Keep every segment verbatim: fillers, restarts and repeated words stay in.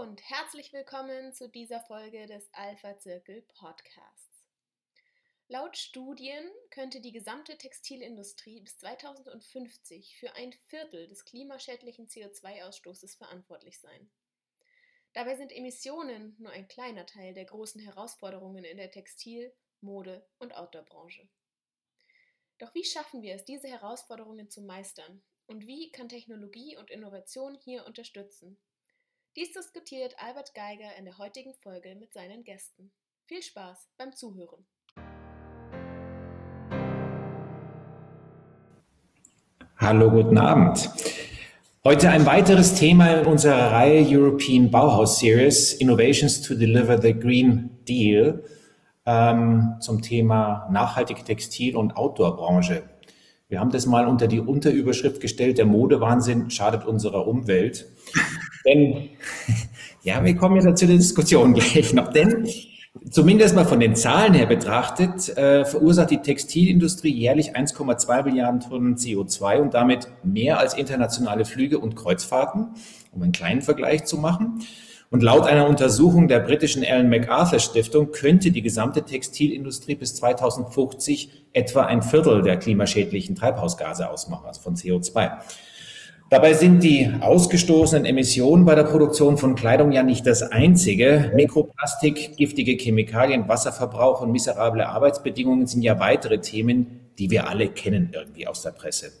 und herzlich willkommen zu dieser Folge des Alpha Zirkel Podcasts. Laut Studien könnte die gesamte Textilindustrie bis zweitausendfünfzig für ein Viertel des klimaschädlichen C O zwei Ausstoßes verantwortlich sein. Dabei sind Emissionen nur ein kleiner Teil der großen Herausforderungen in der Textil-, Mode- und Outdoor-Branche. Doch wie schaffen wir es, diese Herausforderungen zu meistern? Und wie kann Technologie und Innovation hier unterstützen? Dies diskutiert Albert Geiger in der heutigen Folge mit seinen Gästen. Viel Spaß beim Zuhören. Hallo, guten Abend. Heute ein weiteres Thema in unserer Reihe European Bauhaus Series, Innovations to Deliver the Green Deal, ähm, zum Thema nachhaltige Textil- und Outdoor-Branche. Wir haben das mal unter die Unterüberschrift gestellt, der Modewahnsinn schadet unserer Umwelt. Denn, ja, wir kommen jetzt zu der Diskussion gleich noch, denn zumindest mal von den Zahlen her betrachtet, äh, verursacht die Textilindustrie jährlich eins Komma zwei Milliarden Tonnen C O zwei und damit mehr als internationale Flüge und Kreuzfahrten, um einen kleinen Vergleich zu machen. Und laut einer Untersuchung der britischen Ellen MacArthur Stiftung könnte die gesamte Textilindustrie bis zweitausendfünfzig etwa ein Viertel der klimaschädlichen Treibhausgase ausmachen, also von C O zwei. Dabei sind die ausgestoßenen Emissionen bei der Produktion von Kleidung ja nicht das einzige. Mikroplastik, giftige Chemikalien, Wasserverbrauch und miserable Arbeitsbedingungen sind ja weitere Themen, die wir alle kennen irgendwie aus der Presse.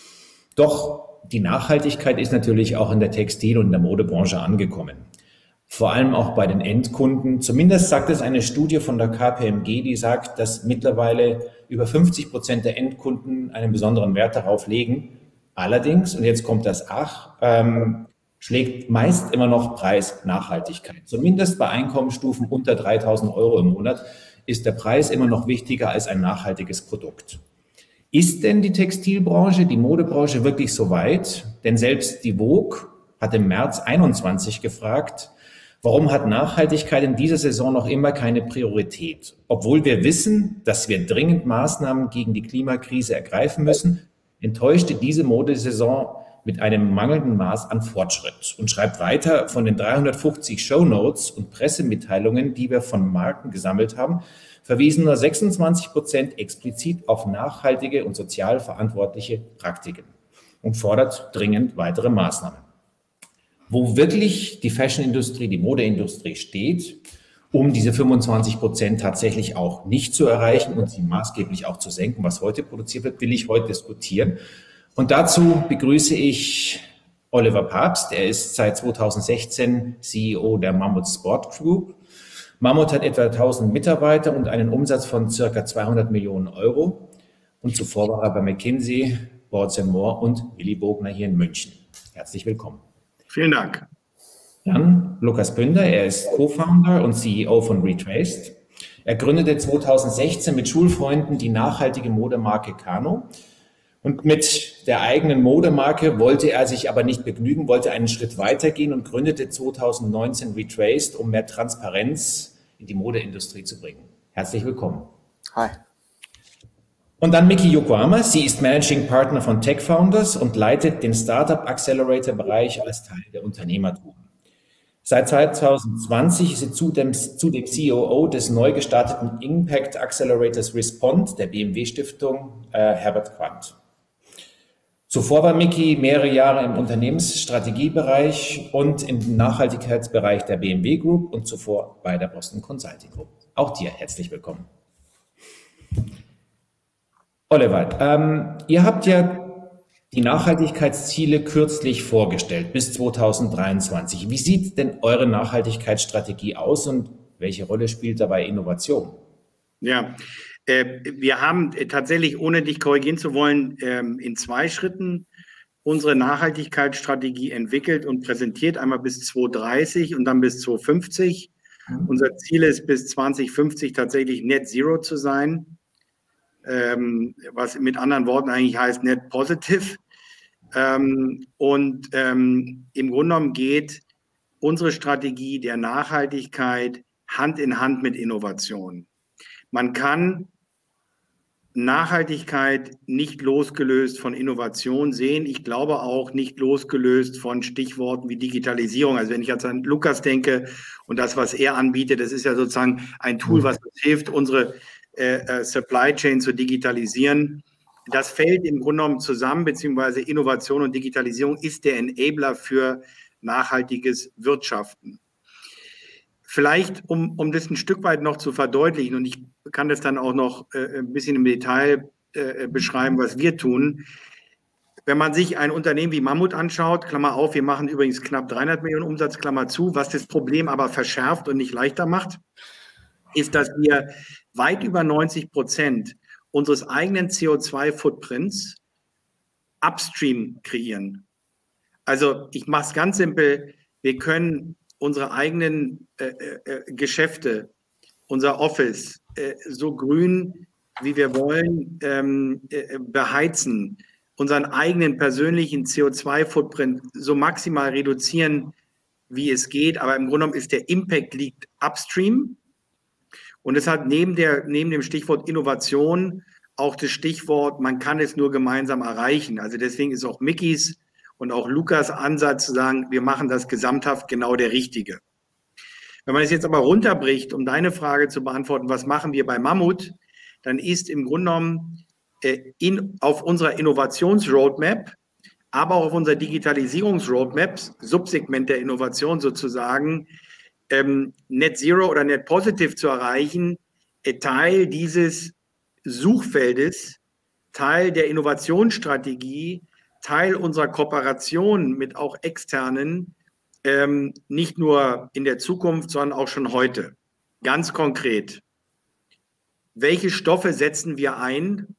Doch die Nachhaltigkeit ist natürlich auch in der Textil- und der Modebranche angekommen. Vor allem auch bei den Endkunden. Zumindest sagt es eine Studie von der K P M G, die sagt, dass mittlerweile über fünfzig Prozent der Endkunden einen besonderen Wert darauf legen. Allerdings, und jetzt kommt das Ach, ähm, schlägt meist immer noch Preis Nachhaltigkeit. Zumindest bei Einkommensstufen unter dreitausend Euro im Monat ist der Preis immer noch wichtiger als ein nachhaltiges Produkt. Ist denn die Textilbranche, die Modebranche wirklich so weit? Denn selbst die Vogue hat im März einundzwanzig gefragt, warum hat Nachhaltigkeit in dieser Saison noch immer keine Priorität? Obwohl wir wissen, dass wir dringend Maßnahmen gegen die Klimakrise ergreifen müssen, enttäuschte diese Modesaison mit einem mangelnden Maß an Fortschritt und schreibt weiter, von den dreihundertfünfzig Shownotes und Pressemitteilungen, die wir von Marken gesammelt haben, verwiesen nur sechsundzwanzig Prozent explizit auf nachhaltige und sozial verantwortliche Praktiken und fordert dringend weitere Maßnahmen. Wo wirklich die Fashionindustrie, die Modeindustrie steht, um diese fünfundzwanzig Prozent tatsächlich auch nicht zu erreichen und sie maßgeblich auch zu senken, was heute produziert wird, will ich heute diskutieren. Und dazu begrüße ich Oliver Papst. Er ist seit zweitausendsechzehn C E O der Mammut Sport Group. Mammut hat etwa tausend Mitarbeiter und einen Umsatz von circa zweihundert Millionen Euro. Und zuvor war er bei McKinsey, Boards and More und Willy Bogner hier in München. Herzlich willkommen. Vielen Dank. Dann Lukas Bünder, er ist Co-Founder und C E O von Retraced. Er gründete zweitausendsechzehn mit Schulfreunden die nachhaltige Modemarke Kano. Und mit der eigenen Modemarke wollte er sich aber nicht begnügen, wollte einen Schritt weitergehen und gründete zweitausendneunzehn Retraced, um mehr Transparenz in die Modeindustrie zu bringen. Herzlich willkommen. Hi. Und dann Miki Yokohama. Sie ist Managing Partner von Tech Founders und leitet den Startup Accelerator Bereich als Teil der Unternehmergruppe. Seit zweitausendzwanzig ist sie zudem, zudem C O O des neu gestarteten Impact Accelerators Respond der B M W-Stiftung äh, Herbert Quandt. Zuvor war Miki mehrere Jahre im Unternehmensstrategiebereich und im Nachhaltigkeitsbereich der B M W Group und zuvor bei der Boston Consulting Group. Auch dir herzlich willkommen. Oliver, ähm, ihr habt ja die Nachhaltigkeitsziele kürzlich vorgestellt bis zweitausenddreiundzwanzig. Wie sieht denn eure Nachhaltigkeitsstrategie aus und welche Rolle spielt dabei Innovation? Ja, äh, wir haben tatsächlich, ohne dich korrigieren zu wollen, ähm, in zwei Schritten unsere Nachhaltigkeitsstrategie entwickelt und präsentiert, einmal bis zweitausenddreißig und dann bis zweitausendfünfzig. Mhm. Unser Ziel ist, bis zweitausendfünfzig tatsächlich Net Zero zu sein. Ähm, was mit anderen Worten eigentlich heißt Net Positive. Ähm, und ähm, im Grunde genommen geht unsere Strategie der Nachhaltigkeit Hand in Hand mit Innovation. Man kann Nachhaltigkeit nicht losgelöst von Innovation sehen. Ich glaube auch nicht losgelöst von Stichworten wie Digitalisierung. Also wenn ich jetzt an Lukas denke und das, was er anbietet, das ist ja sozusagen ein Tool, was uns hilft, unsere äh, Supply Chain zu digitalisieren. Das fällt im Grunde genommen zusammen, beziehungsweise Innovation und Digitalisierung ist der Enabler für nachhaltiges Wirtschaften. Vielleicht, um, um das ein Stück weit noch zu verdeutlichen, und ich kann das dann auch noch äh, ein bisschen im Detail äh, beschreiben, was wir tun. Wenn man sich ein Unternehmen wie Mammut anschaut, Klammer auf, wir machen übrigens knapp dreihundert Millionen Umsatz, Klammer zu, was das Problem aber verschärft und nicht leichter macht, ist, dass wir weit über neunzig Prozent unseres eigenen C O zwei Footprints upstream kreieren. Also ich mache es ganz simpel, wir können unsere eigenen äh, äh, Geschäfte, unser Office äh, so grün, wie wir wollen, ähm, äh, beheizen, unseren eigenen persönlichen C O zwei Footprint so maximal reduzieren, wie es geht. Aber im Grunde genommen ist der Impact liegt upstream. Und es hat neben, der, neben dem Stichwort Innovation auch das Stichwort, man kann es nur gemeinsam erreichen. Also deswegen ist auch Mickys und auch Lukas Ansatz zu sagen, wir machen das gesamthaft genau der richtige. Wenn man es jetzt aber runterbricht, um deine Frage zu beantworten, was machen wir bei Mammut, dann ist im Grunde genommen äh, in, auf unserer Innovationsroadmap, aber auch auf unserer Digitalisierungsroadmap, Subsegment der Innovation sozusagen, ähm, Net Zero oder Net Positive zu erreichen, äh, Teil dieses Suchfeldes, Teil der Innovationsstrategie, Teil unserer Kooperation mit auch externen, ähm, nicht nur in der Zukunft, sondern auch schon heute. Ganz konkret, welche Stoffe setzen wir ein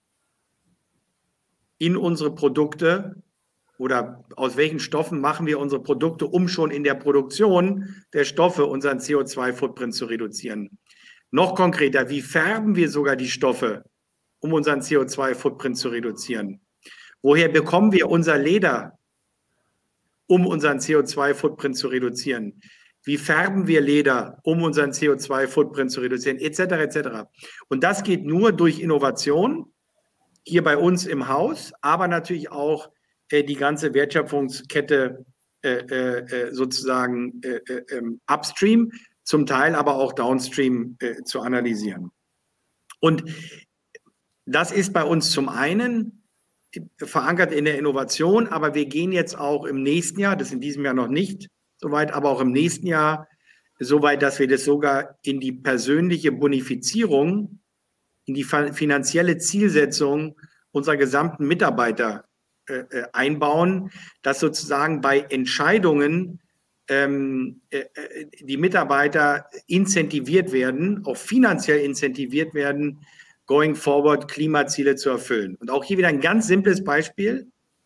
in unsere Produkte oder aus welchen Stoffen machen wir unsere Produkte, um schon in der Produktion der Stoffe unseren C O zwei Footprint zu reduzieren? Noch konkreter, wie färben wir sogar die Stoffe, um unseren C O zwei Footprint zu reduzieren? Woher bekommen wir unser Leder, um unseren C O zwei Footprint zu reduzieren? Wie färben wir Leder, um unseren C O zwei Footprint zu reduzieren, et cetera et cetera. Und das geht nur durch Innovation, hier bei uns im Haus, aber natürlich auch äh, die ganze Wertschöpfungskette äh, äh, sozusagen äh, äh, upstream, zum Teil aber auch downstream äh, zu analysieren. Und das ist bei uns zum einen verankert in der Innovation, aber wir gehen jetzt auch im nächsten Jahr, das ist in diesem Jahr noch nicht soweit, aber auch im nächsten Jahr soweit, dass wir das sogar in die persönliche Bonifizierung, in die finanzielle Zielsetzung unserer gesamten Mitarbeiter äh, einbauen, dass sozusagen bei Entscheidungen ähm, äh, die Mitarbeiter incentiviert werden, auch finanziell incentiviert werden, going forward Klimaziele zu erfüllen. Und auch hier wieder ein ganz simples Beispiel.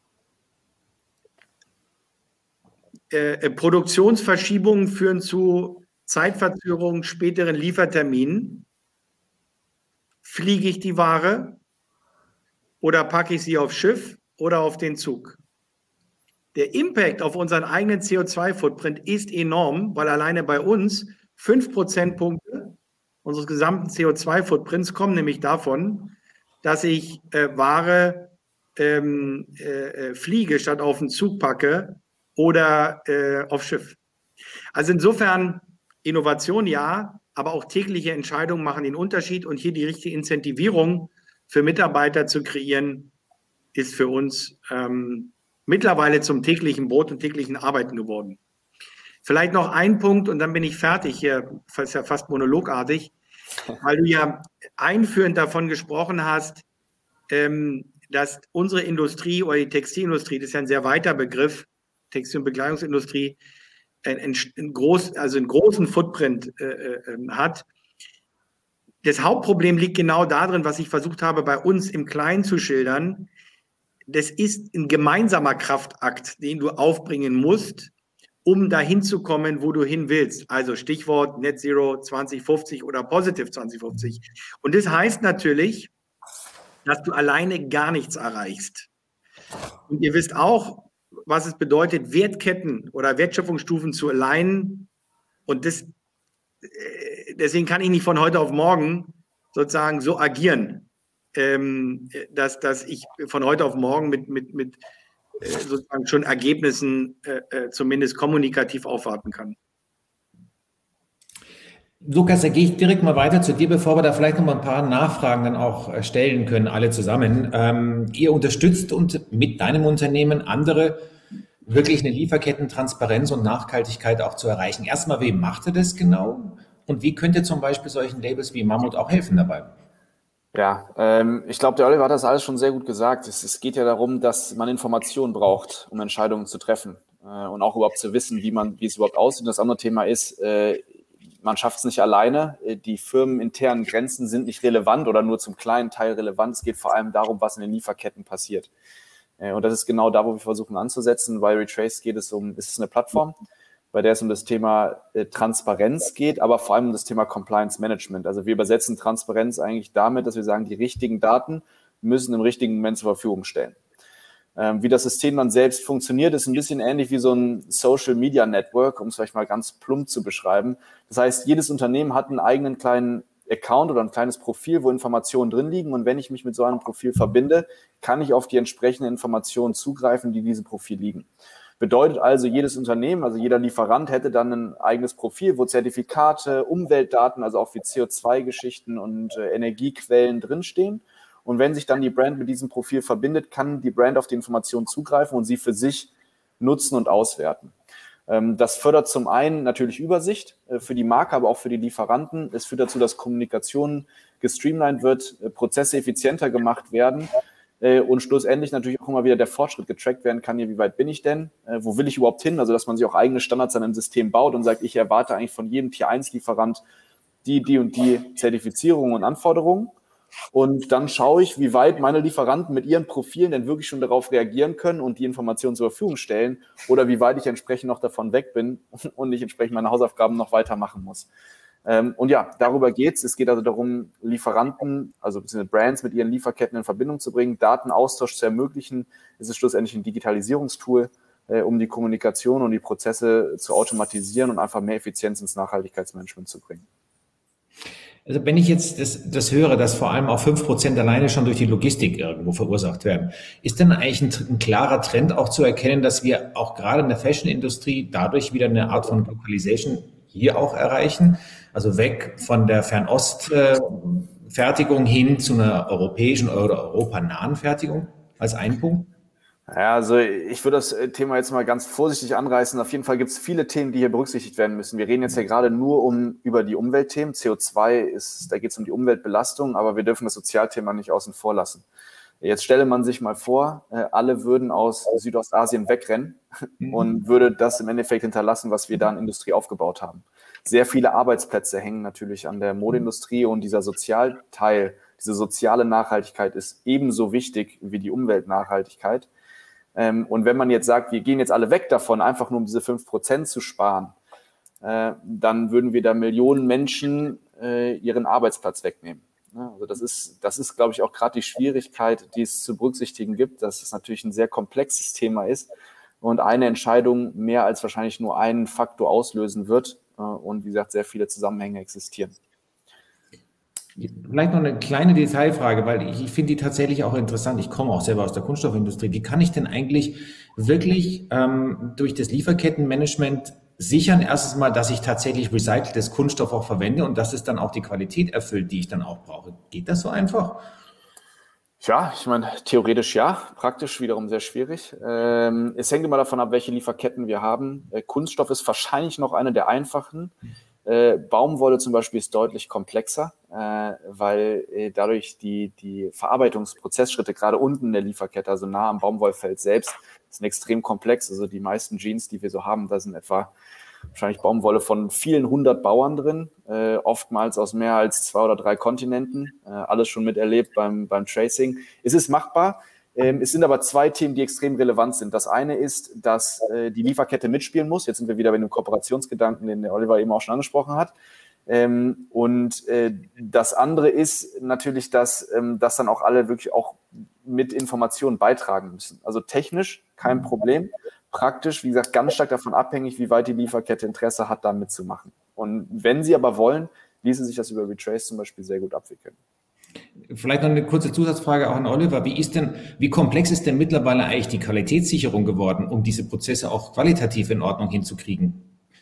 Äh, Produktionsverschiebungen führen zu Zeitverzögerungen, späteren Lieferterminen. Fliege ich die Ware oder packe ich sie aufs Schiff oder auf den Zug? Der Impact auf unseren eigenen C O zwei Footprint ist enorm, weil alleine bei uns fünf Prozentpunkte unseres gesamten C O zwei Footprints kommen nämlich davon, dass ich äh, Ware ähm, äh, fliege, statt auf den Zug packe oder äh, aufs Schiff. Also insofern Innovation ja, aber auch tägliche Entscheidungen machen den Unterschied und hier die richtige Incentivierung für Mitarbeiter zu kreieren, ist für uns ähm, mittlerweile zum täglichen Brot und täglichen Arbeiten geworden. Vielleicht noch ein Punkt und dann bin ich fertig hier, das ist ja fast monologartig, weil du ja einführend davon gesprochen hast, ähm, dass unsere Industrie oder die Textilindustrie, das ist ja ein sehr weiter Begriff, Textil- und Bekleidungsindustrie, ein, ein groß, also einen großen Footprint äh, äh, hat. Das Hauptproblem liegt genau darin, was ich versucht habe, bei uns im Kleinen zu schildern. Das ist ein gemeinsamer Kraftakt, den du aufbringen musst, um dahin zu kommen, wo du hin willst. Also Stichwort Net Zero zwanzig fünfzig oder Positive zwanzig fünfzig. Und das heißt natürlich, dass du alleine gar nichts erreichst. Und ihr wisst auch, was es bedeutet, Wertketten oder Wertschöpfungsstufen zu alignen. Und das, deswegen kann ich nicht von heute auf morgen sozusagen so agieren. ähm, dass, dass ich von heute auf morgen mit, mit, mit äh, sozusagen schon Ergebnissen äh, äh, zumindest kommunikativ aufwarten kann. Lukas, da gehe ich direkt mal weiter zu dir, bevor wir da vielleicht noch mal ein paar Nachfragen dann auch stellen können, alle zusammen. Ähm, ihr unterstützt und mit deinem Unternehmen andere wirklich eine Lieferkettentransparenz und Nachhaltigkeit auch zu erreichen. Erstmal, wie macht ihr das genau? Und wie könnt ihr zum Beispiel solchen Labels wie Mammut auch helfen dabei? Ja, ähm, ich glaube, der Oliver hat das alles schon sehr gut gesagt. Es, es geht ja darum, dass man Informationen braucht, um Entscheidungen zu treffen äh, und auch überhaupt zu wissen, wie man, wie es überhaupt aussieht. Das andere Thema ist, äh, man schafft es nicht alleine. Die firmeninternen Grenzen sind nicht relevant oder nur zum kleinen Teil relevant. Es geht vor allem darum, was in den Lieferketten passiert. Und das ist genau da, wo wir versuchen anzusetzen. Bei Retrace geht es um, es ist eine Plattform, bei der es um das Thema Transparenz geht, aber vor allem um das Thema Compliance Management. Also wir übersetzen Transparenz eigentlich damit, dass wir sagen, die richtigen Daten müssen im richtigen Moment zur Verfügung stellen. Wie das System dann selbst funktioniert, ist ein bisschen ähnlich wie so ein Social Media Network, um es vielleicht mal ganz plump zu beschreiben. Das heißt, jedes Unternehmen hat einen eigenen kleinen Account oder ein kleines Profil, wo Informationen drin liegen. Und wenn ich mich mit so einem Profil verbinde, kann ich auf die entsprechenden Informationen zugreifen, die in diesem Profil liegen. Bedeutet also, jedes Unternehmen, also jeder Lieferant hätte dann ein eigenes Profil, wo Zertifikate, Umweltdaten, also auch wie C O zwei Geschichten und äh, Energiequellen drinstehen. Und wenn sich dann die Brand mit diesem Profil verbindet, kann die Brand auf die Informationen zugreifen und sie für sich nutzen und auswerten. Das fördert zum einen natürlich Übersicht für die Marke, aber auch für die Lieferanten. Es führt dazu, dass Kommunikation gestreamlined wird, Prozesse effizienter gemacht werden und schlussendlich natürlich auch immer wieder der Fortschritt getrackt werden kann. Hier, wie weit bin ich denn? Wo will ich überhaupt hin? Also, dass man sich auch eigene Standards dann im System baut und sagt, ich erwarte eigentlich von jedem Tier eins Lieferant die, die und die Zertifizierungen und Anforderungen. Und dann schaue ich, wie weit meine Lieferanten mit ihren Profilen denn wirklich schon darauf reagieren können und die Informationen zur Verfügung stellen oder wie weit ich entsprechend noch davon weg bin und ich entsprechend meine Hausaufgaben noch weitermachen muss. Und ja, darüber geht's. Es geht also darum, Lieferanten, also beziehungsweise Brands mit ihren Lieferketten in Verbindung zu bringen, Datenaustausch zu ermöglichen. Es ist schlussendlich ein Digitalisierungstool, um die Kommunikation und die Prozesse zu automatisieren und einfach mehr Effizienz ins Nachhaltigkeitsmanagement zu bringen. Also wenn ich jetzt das, das höre, dass vor allem auch fünf Prozent alleine schon durch die Logistik irgendwo verursacht werden, ist denn eigentlich ein, ein klarer Trend auch zu erkennen, dass wir auch gerade in der Fashion-Industrie dadurch wieder eine Art von Localization hier auch erreichen? Also weg von der Fernost-Fertigung hin zu einer europäischen oder europanahen Fertigung als ein Punkt? Ja, also ich würde das Thema jetzt mal ganz vorsichtig anreißen. Auf jeden Fall gibt es viele Themen, die hier berücksichtigt werden müssen. Wir reden jetzt ja gerade nur um über die Umweltthemen. C O zwei ist, da geht es um die Umweltbelastung, aber wir dürfen das Sozialthema nicht außen vor lassen. Jetzt stelle man sich mal vor, alle würden aus Südostasien wegrennen und würde das im Endeffekt hinterlassen, was wir da in Industrie aufgebaut haben. Sehr viele Arbeitsplätze hängen natürlich an der Modeindustrie und dieser Sozialteil, diese soziale Nachhaltigkeit ist ebenso wichtig wie die Umweltnachhaltigkeit. Und wenn man jetzt sagt, wir gehen jetzt alle weg davon, einfach nur um diese fünf Prozent zu sparen, dann würden wir da Millionen Menschen ihren Arbeitsplatz wegnehmen. Also das ist, das ist, glaube ich, auch gerade die Schwierigkeit, die es zu berücksichtigen gibt, dass es natürlich ein sehr komplexes Thema ist und eine Entscheidung mehr als wahrscheinlich nur einen Faktor auslösen wird und, wie gesagt, sehr viele Zusammenhänge existieren. Vielleicht noch eine kleine Detailfrage, weil ich, ich finde die tatsächlich auch interessant. Ich komme auch selber aus der Kunststoffindustrie. Wie kann ich denn eigentlich wirklich ähm, durch das Lieferkettenmanagement sichern, erstens mal, dass ich tatsächlich recyceltes Kunststoff auch verwende und dass es dann auch die Qualität erfüllt, die ich dann auch brauche? Geht das so einfach? Ja, ich meine, theoretisch ja, praktisch wiederum sehr schwierig. Ähm, es hängt immer davon ab, welche Lieferketten wir haben. Äh, Kunststoff ist wahrscheinlich noch eine der einfachen. Äh, Baumwolle zum Beispiel ist deutlich komplexer, äh, weil äh, dadurch die, die Verarbeitungsprozessschritte gerade unten in der Lieferkette, also nah am Baumwollfeld selbst, sind extrem komplex. Also die meisten Jeans, die wir so haben, da sind etwa wahrscheinlich Baumwolle von vielen hundert Bauern drin, äh, oftmals aus mehr als zwei oder drei Kontinenten, äh, alles schon miterlebt beim, beim Tracing. Es ist machbar. Ähm, es sind aber zwei Themen, die extrem relevant sind. Das eine ist, dass äh, die Lieferkette mitspielen muss. Jetzt sind wir wieder bei dem Kooperationsgedanken, den der Oliver eben auch schon angesprochen hat. Ähm, und äh, das andere ist natürlich, dass, ähm, dass dann auch alle wirklich auch mit Informationen beitragen müssen. Also technisch kein Problem. Praktisch, wie gesagt, ganz stark davon abhängig, wie weit die Lieferkette Interesse hat, da mitzumachen. Und wenn sie aber wollen, ließe sich das über Retrace zum Beispiel sehr gut abwickeln. vielleicht noch eine kurze Zusatzfrage auch an Oliver. Wie ist denn, wie komplex ist denn mittlerweile eigentlich die Qualitätssicherung geworden, um diese Prozesse auch qualitativ in Ordnung hinzukriegen?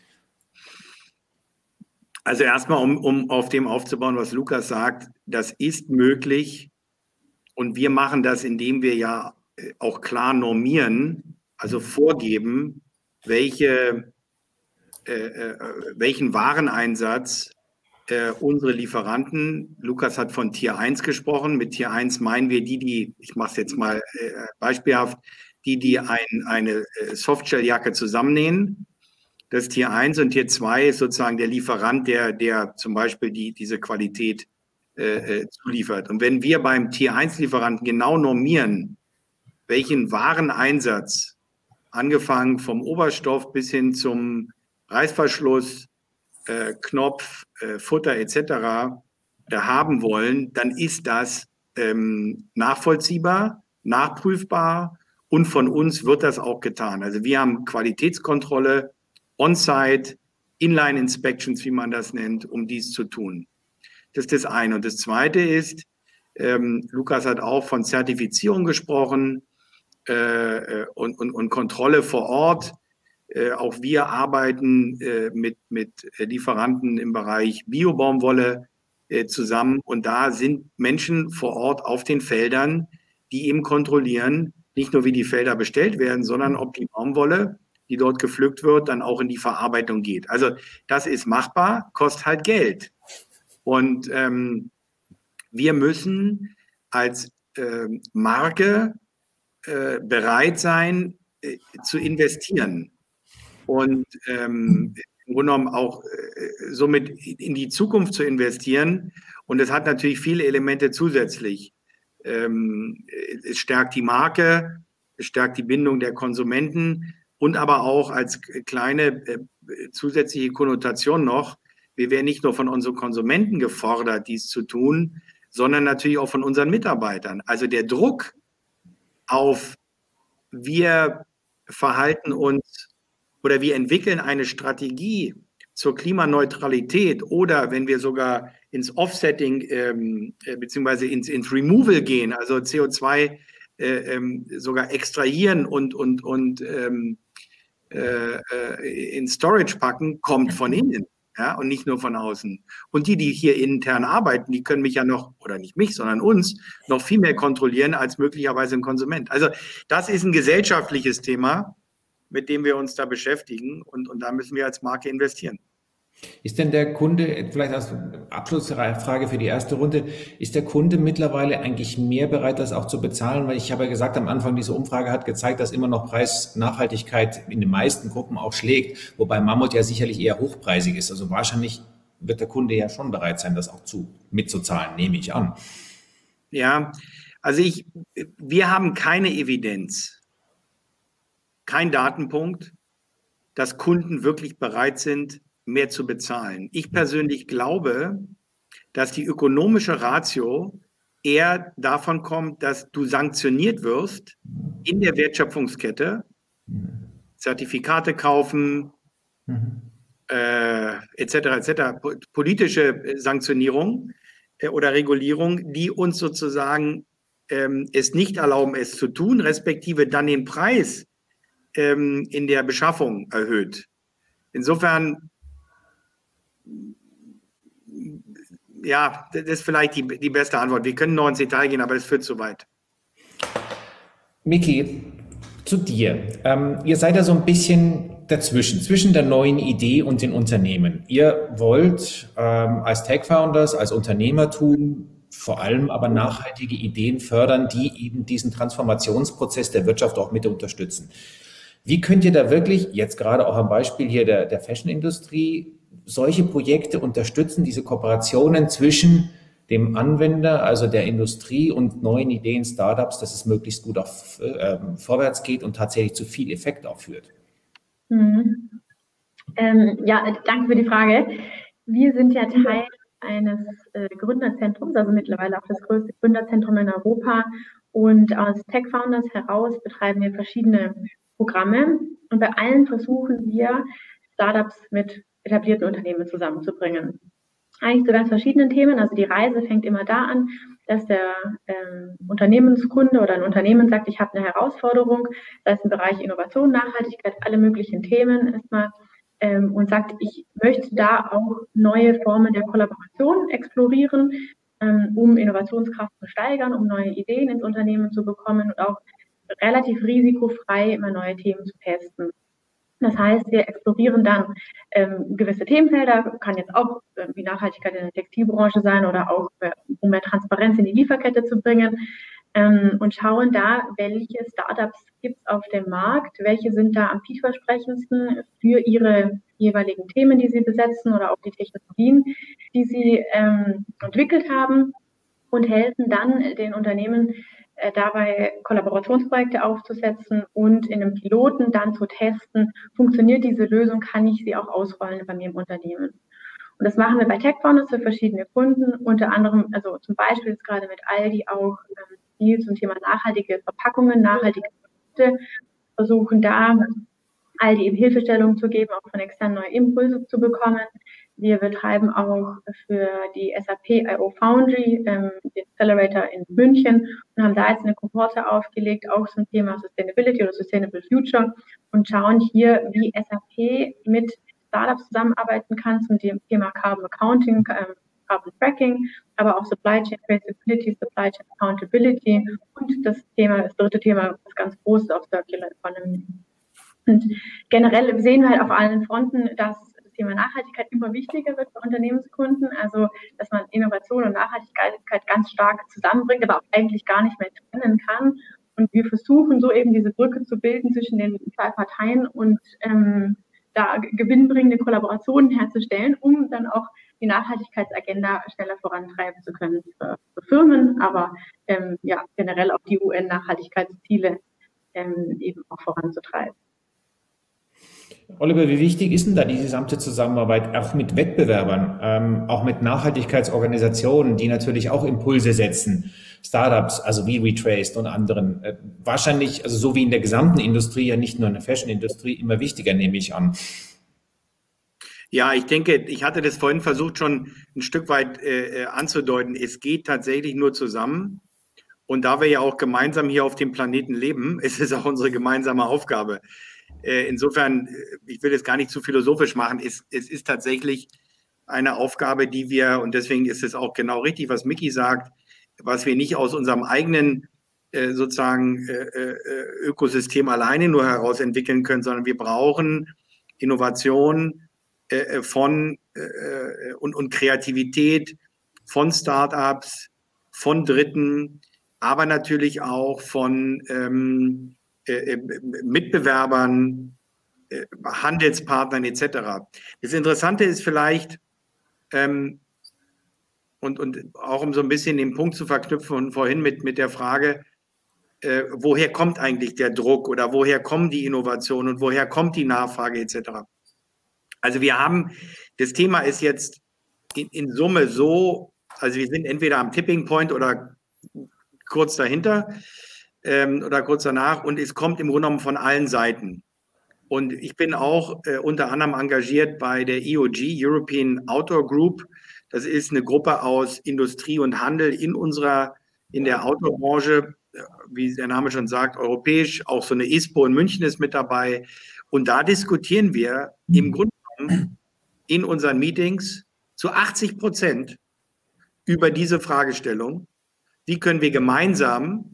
Also erstmal, um, um auf dem aufzubauen, was Lukas sagt, das ist möglich und wir machen das, indem wir ja auch klar normieren, also vorgeben, welche, äh, welchen Wareneinsatz äh, unsere Lieferanten, Lukas hat von Tier eins gesprochen, mit Tier eins meinen wir die, die, ich mache es jetzt mal äh, beispielhaft, die, die ein, eine Softshelljacke zusammennähen. Das Tier eins und Tier zwei ist sozusagen der Lieferant, der, der zum Beispiel die, diese Qualität äh, zuliefert. Und wenn wir beim Tier eins Lieferanten genau normieren, welchen Wareneinsatz, angefangen vom Oberstoff bis hin zum Reißverschluss, äh, Knopf, äh, Futter et cetera da haben wollen, dann ist das ähm, nachvollziehbar, nachprüfbar und von uns wird das auch getan. Also wir haben Qualitätskontrolle, On-Site, Inline-Inspections, wie man das nennt, um dies zu tun. Das ist das eine. Und das zweite ist, ähm, Lukas hat auch von Zertifizierung gesprochen äh, und, und, und Kontrolle vor Ort. Äh, auch wir arbeiten äh, mit, mit Lieferanten im Bereich Bio-Baumwolle äh, zusammen. Und da sind Menschen vor Ort auf den Feldern, die eben kontrollieren, nicht nur wie die Felder bestellt werden, sondern ob die Baumwolle, die dort gepflückt wird, dann auch in die Verarbeitung geht. Also das ist machbar, kostet halt Geld. Und ähm, wir müssen als äh, Marke äh, bereit sein, äh, zu investieren. Und ähm, im Grunde genommen auch äh, somit in die Zukunft zu investieren. Und das hat natürlich viele Elemente zusätzlich. Ähm, es stärkt die Marke, es stärkt die Bindung der Konsumenten und aber auch als kleine äh, zusätzliche Konnotation noch, wir werden nicht nur von unseren Konsumenten gefordert, dies zu tun, sondern natürlich auch von unseren Mitarbeitern. Also der Druck auf, wir verhalten uns oder wir entwickeln eine Strategie zur Klimaneutralität oder wenn wir sogar ins Offsetting ähm, beziehungsweise ins, ins Removal gehen, also C O zwei äh, ähm, sogar extrahieren und, und, und ähm, äh, in Storage packen, kommt von innen, ja, und nicht nur von außen. Und die, die hier intern arbeiten, die können mich ja noch, oder nicht mich, sondern uns, noch viel mehr kontrollieren als möglicherweise ein Konsument. Also das ist ein gesellschaftliches Thema, mit dem wir uns da beschäftigen und, und da müssen wir als Marke investieren. Ist denn der Kunde, vielleicht als Abschlussfrage für die erste Runde, ist der Kunde mittlerweile eigentlich mehr bereit, das auch zu bezahlen? Weil ich habe ja gesagt, am Anfang, diese Umfrage hat gezeigt, dass immer noch Preis-Nachhaltigkeit in den meisten Gruppen auch schlägt, wobei Mammut ja sicherlich eher hochpreisig ist. Also wahrscheinlich wird der Kunde ja schon bereit sein, das auch zu, mitzuzahlen, nehme ich an. Ja, also ich, wir haben keine Evidenz, kein Datenpunkt, dass Kunden wirklich bereit sind, mehr zu bezahlen. Ich persönlich glaube, dass die ökonomische Ratio eher davon kommt, dass du sanktioniert wirst in der Wertschöpfungskette, Zertifikate kaufen, mhm. äh, et cetera, et cetera, politische Sanktionierung äh, oder Regulierung, die uns sozusagen ähm, es nicht erlauben, es zu tun, respektive dann den Preis ähm, in der Beschaffung erhöht. Insofern ja, das ist vielleicht die, die beste Antwort. Wir können noch ins Detail gehen, aber das führt zu weit. Miki, zu dir. Ähm, ihr seid ja so ein bisschen dazwischen, zwischen der neuen Idee und den Unternehmen. Ihr wollt ähm, als Tech-Founders, als Unternehmertum vor allem aber nachhaltige Ideen fördern, die eben diesen Transformationsprozess der Wirtschaft auch mit unterstützen. Wie könnt ihr da wirklich, jetzt gerade auch am Beispiel hier der, der Fashion-Industrie, solche Projekte unterstützen, diese Kooperationen zwischen dem Anwender, also der Industrie und neuen Ideen, Startups, dass es möglichst gut auch äh, vorwärts geht und tatsächlich zu viel Effekt auch führt? Mhm. Ähm, ja, danke für die Frage. Wir sind ja Teil eines äh, Gründerzentrums, also mittlerweile auch das größte Gründerzentrum in Europa. Und aus Tech Founders heraus betreiben wir verschiedene Programme. Und bei allen versuchen wir, Startups mit etablierten Unternehmen zusammenzubringen. eigentlich zu ganz verschiedenen Themen. Also die Reise fängt immer da an, dass der ähm, Unternehmenskunde oder ein Unternehmen sagt, ich habe eine Herausforderung, das ist im Bereich Innovation, Nachhaltigkeit, alle möglichen Themen erstmal ähm, und sagt, ich möchte da auch neue Formen der Kollaboration explorieren, ähm, um Innovationskraft zu steigern, um neue Ideen ins Unternehmen zu bekommen und auch relativ risikofrei immer neue Themen zu testen. Das heißt, wir explorieren dann ähm, gewisse Themenfelder, kann jetzt auch äh, wie Nachhaltigkeit in der Textilbranche sein oder auch, äh, um mehr Transparenz in die Lieferkette zu bringen ähm, und schauen da, welche Startups gibt es auf dem Markt, welche sind da am vielversprechendsten für ihre jeweiligen Themen, die sie besetzen oder auch die Technologien, die sie ähm, entwickelt haben und helfen dann den Unternehmen äh, dabei, Kollaborationsprojekte aufzusetzen und in einem Piloten dann zu testen, funktioniert diese Lösung, kann ich sie auch ausrollen bei mir im Unternehmen. Und das machen wir bei TechFounders für verschiedene Kunden, unter anderem, also zum Beispiel jetzt gerade mit Aldi auch ähm, viel zum Thema nachhaltige Verpackungen, nachhaltige Produkte, versuchen da Aldi eben Hilfestellung zu geben, auch von externen neue Impulse zu bekommen. Wir betreiben auch für die S A P I O Foundry ähm, den Accelerator in München und haben da jetzt eine Kohorte aufgelegt, auch zum Thema Sustainability oder Sustainable Future und schauen hier, wie S A P mit Startups zusammenarbeiten kann zum Thema Carbon Accounting, ähm, Carbon Tracking, aber auch Supply Chain Traceability, Supply Chain Accountability und das Thema, das dritte Thema, das ganz große auf Circular Economy. Und generell sehen wir halt auf allen Fronten, dass das Thema Nachhaltigkeit immer wichtiger wird für Unternehmenskunden. Also, dass man Innovation und Nachhaltigkeit ganz stark zusammenbringt, aber auch eigentlich gar nicht mehr trennen kann. Und wir versuchen so eben diese Brücke zu bilden zwischen den zwei Parteien und ähm, da gewinnbringende Kollaborationen herzustellen, um dann auch die Nachhaltigkeitsagenda schneller vorantreiben zu können für, für Firmen, aber ähm, ja, generell auch die U N-Nachhaltigkeitsziele ähm, eben auch voranzutreiben. Oliver, wie wichtig ist denn da die gesamte Zusammenarbeit auch mit Wettbewerbern, ähm, auch mit Nachhaltigkeitsorganisationen, die natürlich auch Impulse setzen, Startups, also wie Retraced und anderen, äh, wahrscheinlich, also so wie in der gesamten Industrie, ja nicht nur in der Fashion-Industrie, immer wichtiger, nehme ich an. Ja, ich denke, ich hatte das vorhin versucht schon ein Stück weit äh, anzudeuten. Es geht tatsächlich nur zusammen. Und da wir ja auch gemeinsam hier auf dem Planeten leben, ist es auch unsere gemeinsame Aufgabe. Insofern, ich will es gar nicht zu philosophisch machen, es, es ist tatsächlich eine Aufgabe, die wir, und deswegen ist es auch genau richtig, was Miki sagt, was wir nicht aus unserem eigenen äh, sozusagen äh, Ökosystem alleine nur heraus entwickeln können, sondern wir brauchen Innovation äh, von äh, und, und Kreativität von Startups, von Dritten, aber natürlich auch von ähm, Äh, Mitbewerbern, äh, Handelspartnern et cetera. Das Interessante ist vielleicht, ähm, und, und auch um so ein bisschen den Punkt zu verknüpfen von vorhin mit, mit der Frage, äh, woher kommt eigentlich der Druck oder woher kommen die Innovationen und woher kommt die Nachfrage et cetera. Also wir haben, das Thema ist jetzt in, in Summe so, also wir sind entweder am Tipping Point oder kurz dahinter, oder kurz danach und es kommt im Grunde genommen von allen Seiten. Und ich bin auch äh, unter anderem engagiert bei der E O G, European Outdoor Group. Das ist eine Gruppe aus Industrie und Handel in unserer, in der Outdoor-Branche, wie der Name schon sagt, europäisch. Auch so eine ISPO in München ist mit dabei. Und da diskutieren wir im Grunde genommen in unseren Meetings zu achtzig Prozent über diese Fragestellung. Wie können wir gemeinsam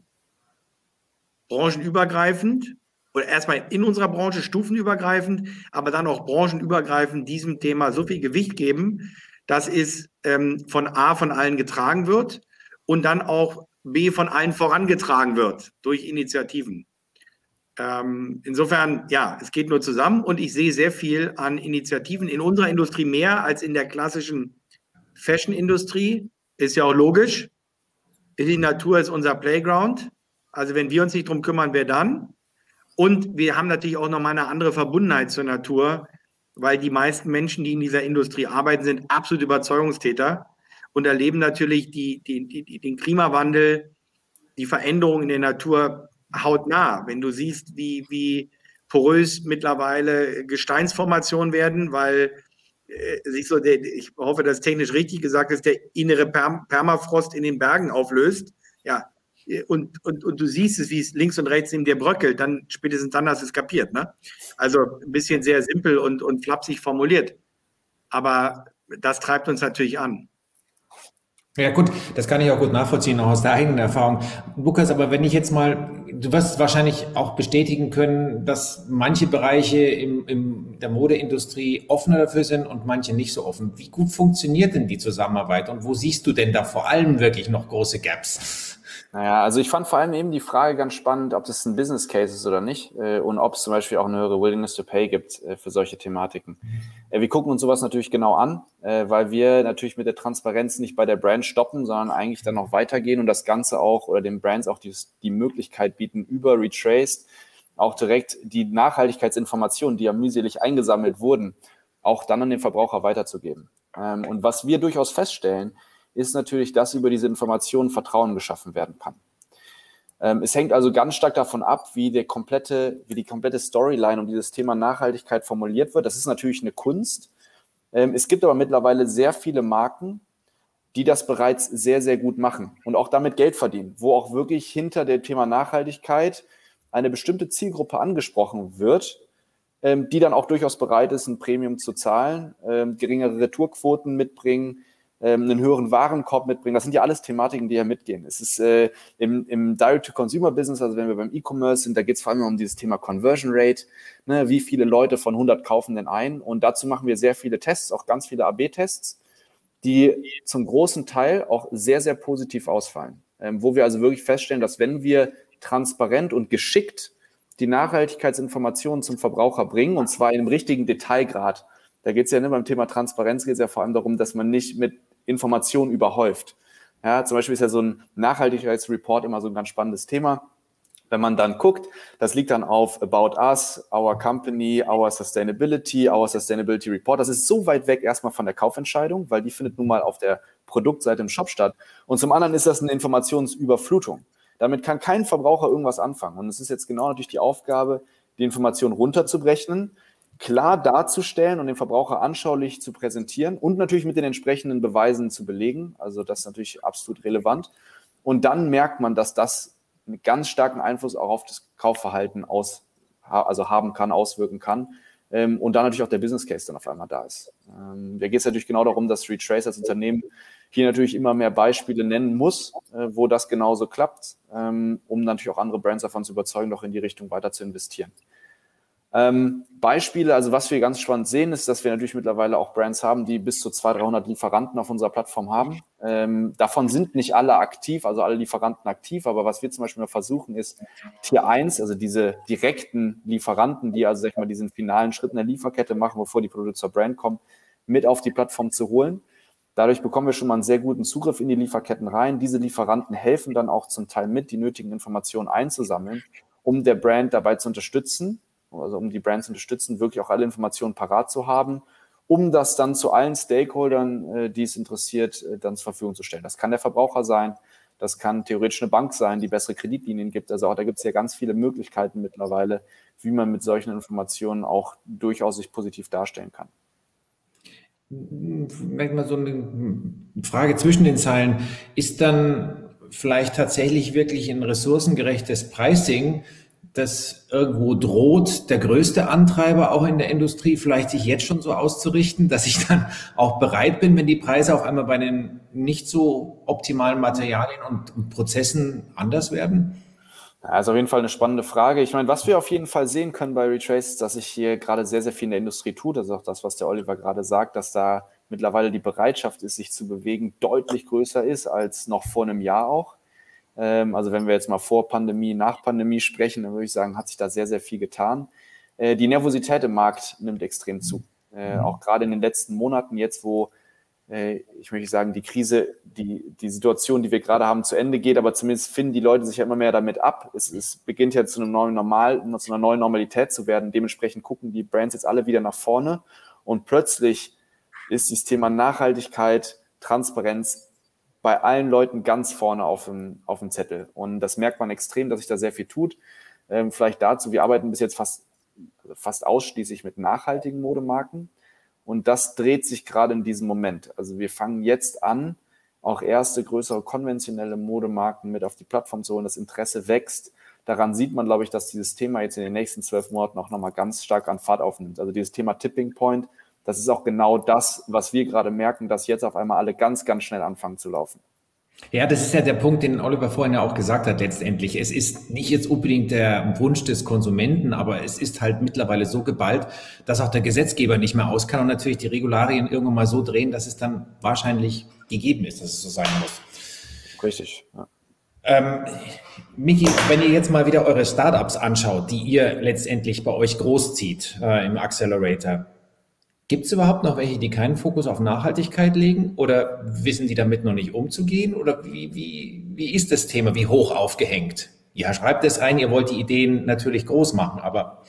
branchenübergreifend oder erstmal in unserer Branche stufenübergreifend, aber dann auch branchenübergreifend diesem Thema so viel Gewicht geben, dass es ähm, von A von allen getragen wird und dann auch B von allen vorangetragen wird durch Initiativen. Ähm, insofern, ja, es geht nur zusammen und ich sehe sehr viel an Initiativen in unserer Industrie mehr als in der klassischen Fashion-Industrie. Ist ja auch logisch. Die Natur ist unser Playground. Also wenn wir uns nicht drum kümmern, wer dann? Und wir haben natürlich auch nochmal eine andere Verbundenheit zur Natur, weil die meisten Menschen, die in dieser Industrie arbeiten, sind absolut Überzeugungstäter und erleben natürlich die, die, die, den Klimawandel, die Veränderung in der Natur hautnah. Wenn du siehst, wie, wie porös mittlerweile Gesteinsformationen werden, weil äh, sich so, der, ich hoffe, das ist technisch richtig gesagt ist, der innere Perm Permafrost in den Bergen auflöst. Ja, und, und, und du siehst es, wie es links und rechts neben dir bröckelt, dann spätestens dann hast du es kapiert. Ne? Also ein bisschen sehr simpel und, und flapsig formuliert. Aber das treibt uns natürlich an. Ja gut, das kann ich auch gut nachvollziehen, auch aus der eigenen Erfahrung. Lukas, aber wenn ich jetzt mal, du wirst wahrscheinlich auch bestätigen können, dass manche Bereiche im, im der Modeindustrie offener dafür sind und manche nicht so offen. Wie gut funktioniert denn die Zusammenarbeit und wo siehst du denn da vor allem wirklich noch große Gaps? Naja, also ich fand vor allem eben die Frage ganz spannend, ob das ein Business Case ist oder nicht äh, und ob es zum Beispiel auch eine höhere Willingness to Pay gibt äh, für solche Thematiken. Äh, wir gucken uns sowas natürlich genau an, äh, weil wir natürlich mit der Transparenz nicht bei der Brand stoppen, sondern eigentlich dann noch weitergehen und das Ganze auch oder den Brands auch die, die Möglichkeit bieten, über Retraced auch direkt die Nachhaltigkeitsinformationen, die ja mühselig eingesammelt wurden, auch dann an den Verbraucher weiterzugeben. Ähm, und was wir durchaus feststellen, ist natürlich, dass über diese Informationen Vertrauen geschaffen werden kann. Ähm, es hängt also ganz stark davon ab, wie, der komplette, wie die komplette Storyline um dieses Thema Nachhaltigkeit formuliert wird. Das ist natürlich eine Kunst. Ähm, es gibt aber mittlerweile sehr viele Marken, die das bereits sehr, sehr gut machen und auch damit Geld verdienen, wo auch wirklich hinter dem Thema Nachhaltigkeit eine bestimmte Zielgruppe angesprochen wird, ähm, die dann auch durchaus bereit ist, ein Premium zu zahlen, ähm, geringere Retourquoten mitbringen, einen höheren Warenkorb mitbringen. Das sind ja alles Thematiken, die ja mitgehen. Es ist äh, im, im Direct-to-Consumer-Business, also wenn wir beim E-Commerce sind, da geht es vor allem um dieses Thema Conversion Rate. Ne, wie viele Leute von hundert kaufen denn ein? Und dazu machen wir sehr viele Tests, auch ganz viele A B Tests, die zum großen Teil auch sehr, sehr positiv ausfallen. Ähm, wo wir also wirklich feststellen, dass wenn wir transparent und geschickt die Nachhaltigkeitsinformationen zum Verbraucher bringen, und zwar in einem richtigen Detailgrad, da geht es ja ne, beim Thema Transparenz geht es ja vor allem darum, dass man nicht mit Informationen überhäuft. Ja, zum Beispiel ist ja so ein Nachhaltigkeitsreport immer so ein ganz spannendes Thema. Wenn man dann guckt, das liegt dann auf About Us, Our Company, Our Sustainability, Our Sustainability Report. Das ist so weit weg erstmal von der Kaufentscheidung, weil die findet nun mal auf der Produktseite im Shop statt. Und zum anderen ist das eine Informationsüberflutung. Damit kann kein Verbraucher irgendwas anfangen. Und es ist jetzt genau natürlich die Aufgabe, die Information runterzubrechen, klar darzustellen und den Verbraucher anschaulich zu präsentieren und natürlich mit den entsprechenden Beweisen zu belegen. Also das ist natürlich absolut relevant. Und dann merkt man, dass das einen ganz starken Einfluss auch auf das Kaufverhalten aus, also haben kann, auswirken kann. Und dann natürlich auch der Business Case dann auf einmal da ist. Da geht es natürlich genau darum, dass Retrace als Unternehmen hier natürlich immer mehr Beispiele nennen muss, wo das genauso klappt, um natürlich auch andere Brands davon zu überzeugen, doch in die Richtung weiter zu investieren. Ähm, Beispiele, also was wir ganz spannend sehen, ist, dass wir natürlich mittlerweile auch Brands haben, die bis zu zweihundert, dreihundert Lieferanten auf unserer Plattform haben. Ähm, davon sind nicht alle aktiv, also alle Lieferanten aktiv, aber was wir zum Beispiel mal versuchen ist, Tier eins, also diese direkten Lieferanten, die also sag ich mal diesen finalen Schritt in der Lieferkette machen, bevor die Produkte zur Brand kommen, mit auf die Plattform zu holen. Dadurch bekommen wir schon mal einen sehr guten Zugriff in die Lieferketten rein. Diese Lieferanten helfen dann auch zum Teil mit, die nötigen Informationen einzusammeln, um der Brand dabei zu unterstützen, also um die Brands zu unterstützen, wirklich auch alle Informationen parat zu haben, um das dann zu allen Stakeholdern, die es interessiert, dann zur Verfügung zu stellen. Das kann der Verbraucher sein, das kann theoretisch eine Bank sein, die bessere Kreditlinien gibt. Also auch da gibt es ja ganz viele Möglichkeiten mittlerweile, wie man mit solchen Informationen auch durchaus sich positiv darstellen kann. Vielleicht mal so eine Frage zwischen den Zeilen. Ist dann vielleicht tatsächlich wirklich ein ressourcengerechtes Pricing, das irgendwo droht, der größte Antreiber auch in der Industrie, vielleicht sich jetzt schon so auszurichten, dass ich dann auch bereit bin, wenn die Preise auf einmal bei den nicht so optimalen Materialien und, und Prozessen anders werden? Ja, ist auf jeden Fall eine spannende Frage. Ich meine, was wir auf jeden Fall sehen können bei Retrace, ist, dass sich hier gerade sehr, sehr viel in der Industrie tut. Das ist auch das, was der Oliver gerade sagt, dass da mittlerweile die Bereitschaft ist, sich zu bewegen, deutlich größer ist als noch vor einem Jahr auch. Also wenn wir jetzt mal vor Pandemie, nach Pandemie sprechen, dann würde ich sagen, hat sich da sehr, sehr viel getan. Die Nervosität im Markt nimmt extrem zu. Auch gerade in den letzten Monaten jetzt, wo, ich möchte sagen, die Krise, die, die Situation, die wir gerade haben, zu Ende geht, aber zumindest finden die Leute sich ja immer mehr damit ab. Es, es beginnt ja zu einem neuen Normal, zu einer neuen Normalität zu werden. Dementsprechend gucken die Brands jetzt alle wieder nach vorne und plötzlich ist das Thema Nachhaltigkeit, Transparenz bei allen Leuten ganz vorne auf dem, auf dem Zettel. Und das merkt man extrem, dass sich da sehr viel tut. Ähm, vielleicht dazu, wir arbeiten bis jetzt fast, fast ausschließlich mit nachhaltigen Modemarken. Und das dreht sich gerade in diesem Moment. Also wir fangen jetzt an, auch erste größere konventionelle Modemarken mit auf die Plattform zu holen. Das Interesse wächst. Daran sieht man, glaube ich, dass dieses Thema jetzt in den nächsten zwölf Monaten auch nochmal ganz stark an Fahrt aufnimmt. Also dieses Thema Tipping Point, das ist auch genau das, was wir gerade merken, dass jetzt auf einmal alle ganz, ganz schnell anfangen zu laufen. Ja, das ist ja der Punkt, den Oliver vorhin ja auch gesagt hat letztendlich. Es ist nicht jetzt unbedingt der Wunsch des Konsumenten, aber es ist halt mittlerweile so geballt, dass auch der Gesetzgeber nicht mehr aus kann und natürlich die Regularien irgendwann mal so drehen, dass es dann wahrscheinlich gegeben ist, dass es so sein muss. Richtig, ja. Ähm, Miki, wenn ihr jetzt mal wieder eure Startups anschaut, die ihr letztendlich bei euch großzieht äh, im Accelerator, gibt es überhaupt noch welche, die keinen Fokus auf Nachhaltigkeit legen oder wissen die damit noch nicht umzugehen? Oder wie, wie, wie ist das Thema, wie hoch aufgehängt? Ja, schreibt es rein, ihr wollt die Ideen natürlich groß machen, aber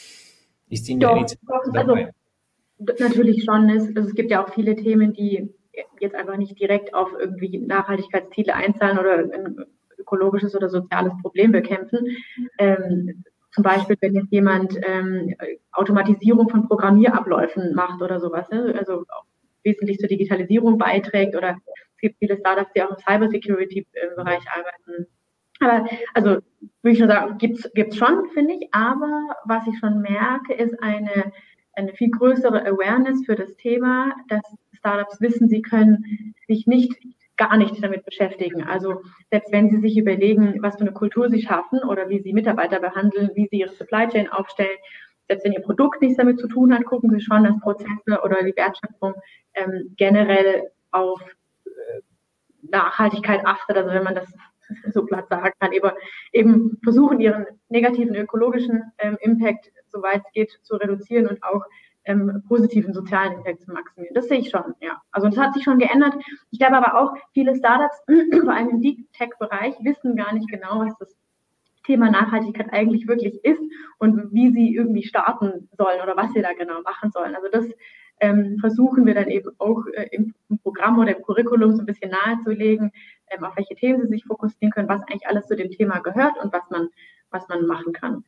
ist die Doch, also natürlich schon. Es, also es gibt ja auch viele Themen, die jetzt einfach nicht direkt auf irgendwie Nachhaltigkeitsziele einzahlen oder ein ökologisches oder soziales Problem bekämpfen. Ähm, Zum Beispiel, wenn jetzt jemand ähm, Automatisierung von Programmierabläufen macht oder sowas, ne? Also auch wesentlich zur Digitalisierung beiträgt, oder es gibt viele Startups, die auch im Cybersecurity-Bereich arbeiten. Aber also würde ich schon sagen, gibt es schon, finde ich, aber was ich schon merke, ist eine, eine viel größere Awareness für das Thema, dass Startups wissen, sie können sich nicht gar nicht damit beschäftigen. Also selbst wenn sie sich überlegen, was für eine Kultur sie schaffen oder wie sie Mitarbeiter behandeln, wie sie ihre Supply Chain aufstellen, selbst wenn ihr Produkt nichts damit zu tun hat, gucken sie schon, dass Prozesse oder die Wertschöpfung ähm, generell auf äh, Nachhaltigkeit achtet. Also wenn man das so platt sagen kann, eben, eben versuchen, ihren negativen ökologischen ähm, Impact, soweit es geht, zu reduzieren und auch Ähm, positiven sozialen Impact zu maximieren. Das sehe ich schon, ja. Also das hat sich schon geändert. Ich glaube aber auch, viele Startups, vor allem im Deep Tech-Bereich, wissen gar nicht genau, was das Thema Nachhaltigkeit eigentlich wirklich ist und wie sie irgendwie starten sollen oder was sie da genau machen sollen. Also das ähm, versuchen wir dann eben auch äh, im, im Programm oder im Curriculum so ein bisschen nahezulegen, ähm, auf welche Themen sie sich fokussieren können, was eigentlich alles zu dem Thema gehört und was man, was man machen kann.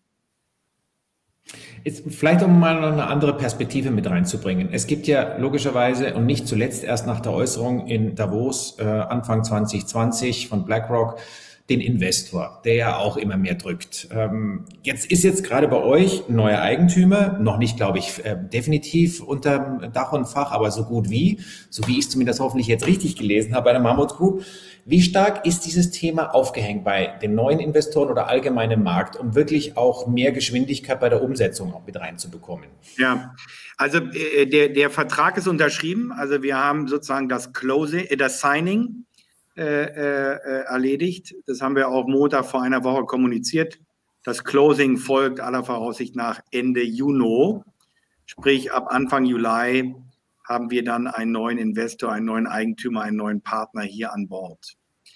Ist vielleicht, um mal noch eine andere Perspektive mit reinzubringen. Es gibt ja logischerweise und nicht zuletzt erst nach der Äußerung in Davos äh, Anfang zwanzig zwanzig von BlackRock den Investor, der ja auch immer mehr drückt. Ähm, jetzt ist jetzt gerade bei euch ein neuer Eigentümer, noch nicht, glaube ich, äh, definitiv unter Dach und Fach, aber so gut wie, so wie ich zumindest hoffentlich jetzt richtig gelesen habe bei der Mammut Group. Wie stark ist dieses Thema aufgehängt bei den neuen Investoren oder allgemein im Markt, um wirklich auch mehr Geschwindigkeit bei der Umsetzung auch mit reinzubekommen? Ja, also äh, der, der Vertrag ist unterschrieben. Also wir haben sozusagen das Closing, äh, das Signing äh, äh, erledigt. Das haben wir auch Montag vor einer Woche kommuniziert. Das Closing folgt aller Voraussicht nach Ende Juni. Sprich, ab Anfang Juli haben wir dann einen neuen Investor, einen neuen Eigentümer, einen neuen Partner hier an Bord.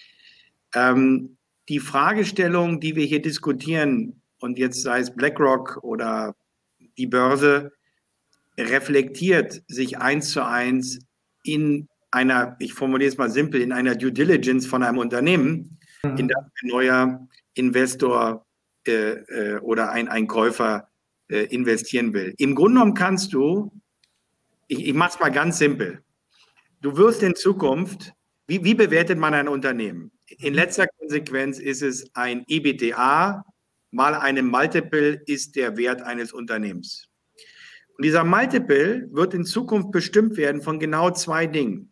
Ähm, die Fragestellung, die wir hier diskutieren, und jetzt sei es BlackRock oder die Börse, reflektiert sich eins zu eins in einer, ich formuliere es mal simpel, in einer Due Diligence von einem Unternehmen, mhm. in das ein neuer Investor äh, äh, oder ein, ein Käufer äh, investieren will. Im Grunde genommen kannst du, ich, ich mache es mal ganz simpel, du wirst in Zukunft, wie, wie bewertet man ein Unternehmen? In letzter Konsequenz ist es ein E B T A mal einem Multiple ist der Wert eines Unternehmens. Und dieser Multiple wird in Zukunft bestimmt werden von genau zwei Dingen.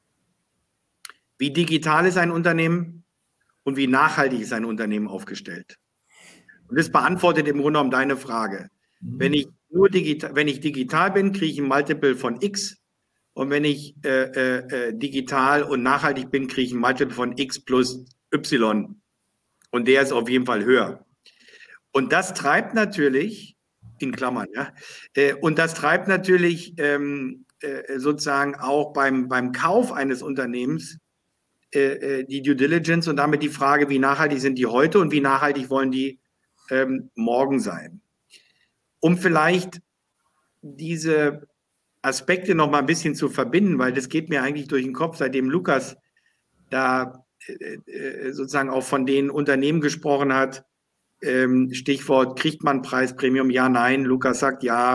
Wie digital ist ein Unternehmen und wie nachhaltig ist ein Unternehmen aufgestellt? Und das beantwortet im Grunde genommen deine Frage. Wenn ich nur digital, wenn ich digital bin, kriege ich ein Multiple von X. Und wenn ich äh, äh, digital und nachhaltig bin, kriege ich ein Multiple von X plus Y. Und der ist auf jeden Fall höher. Und das treibt natürlich, in Klammern, ja, äh, und das treibt natürlich ähm, äh, sozusagen auch beim, beim Kauf eines Unternehmens äh, die Due Diligence und damit die Frage, wie nachhaltig sind die heute und wie nachhaltig wollen die ähm, morgen sein. Um vielleicht diese Aspekte noch mal ein bisschen zu verbinden, weil das geht mir eigentlich durch den Kopf, seitdem Lukas da äh, sozusagen auch von den Unternehmen gesprochen hat, ähm, Stichwort, kriegt man Preis, Premium, ja, nein. Lukas sagt, ja,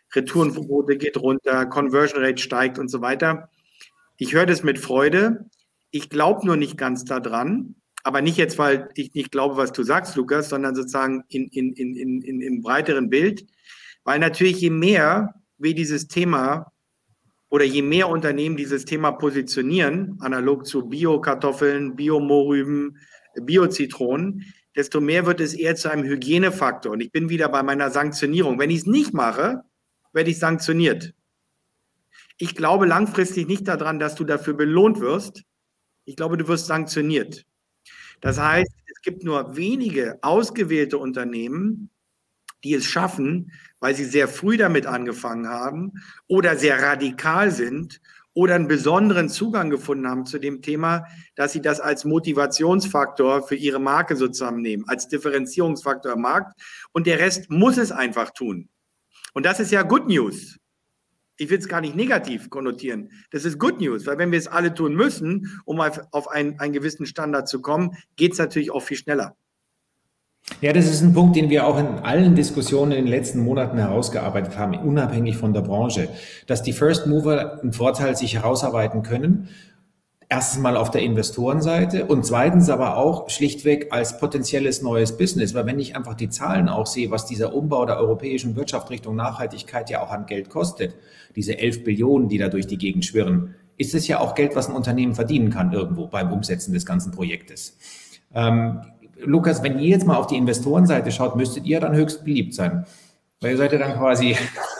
Retourenquote geht runter, Conversion Rate steigt und so weiter. Ich höre das mit Freude. Ich glaube nur nicht ganz daran, aber nicht jetzt, weil ich nicht glaube, was du sagst, Lukas, sondern sozusagen in, in, in, in, in, im breiteren Bild, weil natürlich je mehr wir dieses Thema oder je mehr Unternehmen dieses Thema positionieren, analog zu Bio-Kartoffeln, Bio-Mohrrüben, Bio-Zitronen, desto mehr wird es eher zu einem Hygienefaktor. Und ich bin wieder bei meiner Sanktionierung. Wenn ich es nicht mache, werde ich sanktioniert. Ich glaube langfristig nicht daran, dass du dafür belohnt wirst. Ich glaube, du wirst sanktioniert. Das heißt, es gibt nur wenige ausgewählte Unternehmen, die es schaffen, weil sie sehr früh damit angefangen haben oder sehr radikal sind oder einen besonderen Zugang gefunden haben zu dem Thema, dass sie das als Motivationsfaktor für ihre Marke sozusagen nehmen, als Differenzierungsfaktor im Markt. Und der Rest muss es einfach tun. Und das ist ja Good News. Ich will es gar nicht negativ konnotieren. Das ist Good News, weil wenn wir es alle tun müssen, um auf, auf einen, einen gewissen Standard zu kommen, geht es natürlich auch viel schneller. Ja, das ist ein Punkt, den wir auch in allen Diskussionen in den letzten Monaten herausgearbeitet haben, unabhängig von der Branche, dass die First Mover einen Vorteil sich herausarbeiten können. Erstens mal auf der Investorenseite und zweitens aber auch schlichtweg als potenzielles neues Business, weil wenn ich einfach die Zahlen auch sehe, was dieser Umbau der europäischen Wirtschaft Richtung Nachhaltigkeit ja auch an Geld kostet, diese elf Billionen, die da durch die Gegend schwirren, ist es ja auch Geld, was ein Unternehmen verdienen kann irgendwo beim Umsetzen des ganzen Projektes. Ähm, Lukas, wenn ihr jetzt mal auf die Investorenseite schaut, müsstet ihr dann höchst beliebt sein, weil ihr seid ja dann quasi...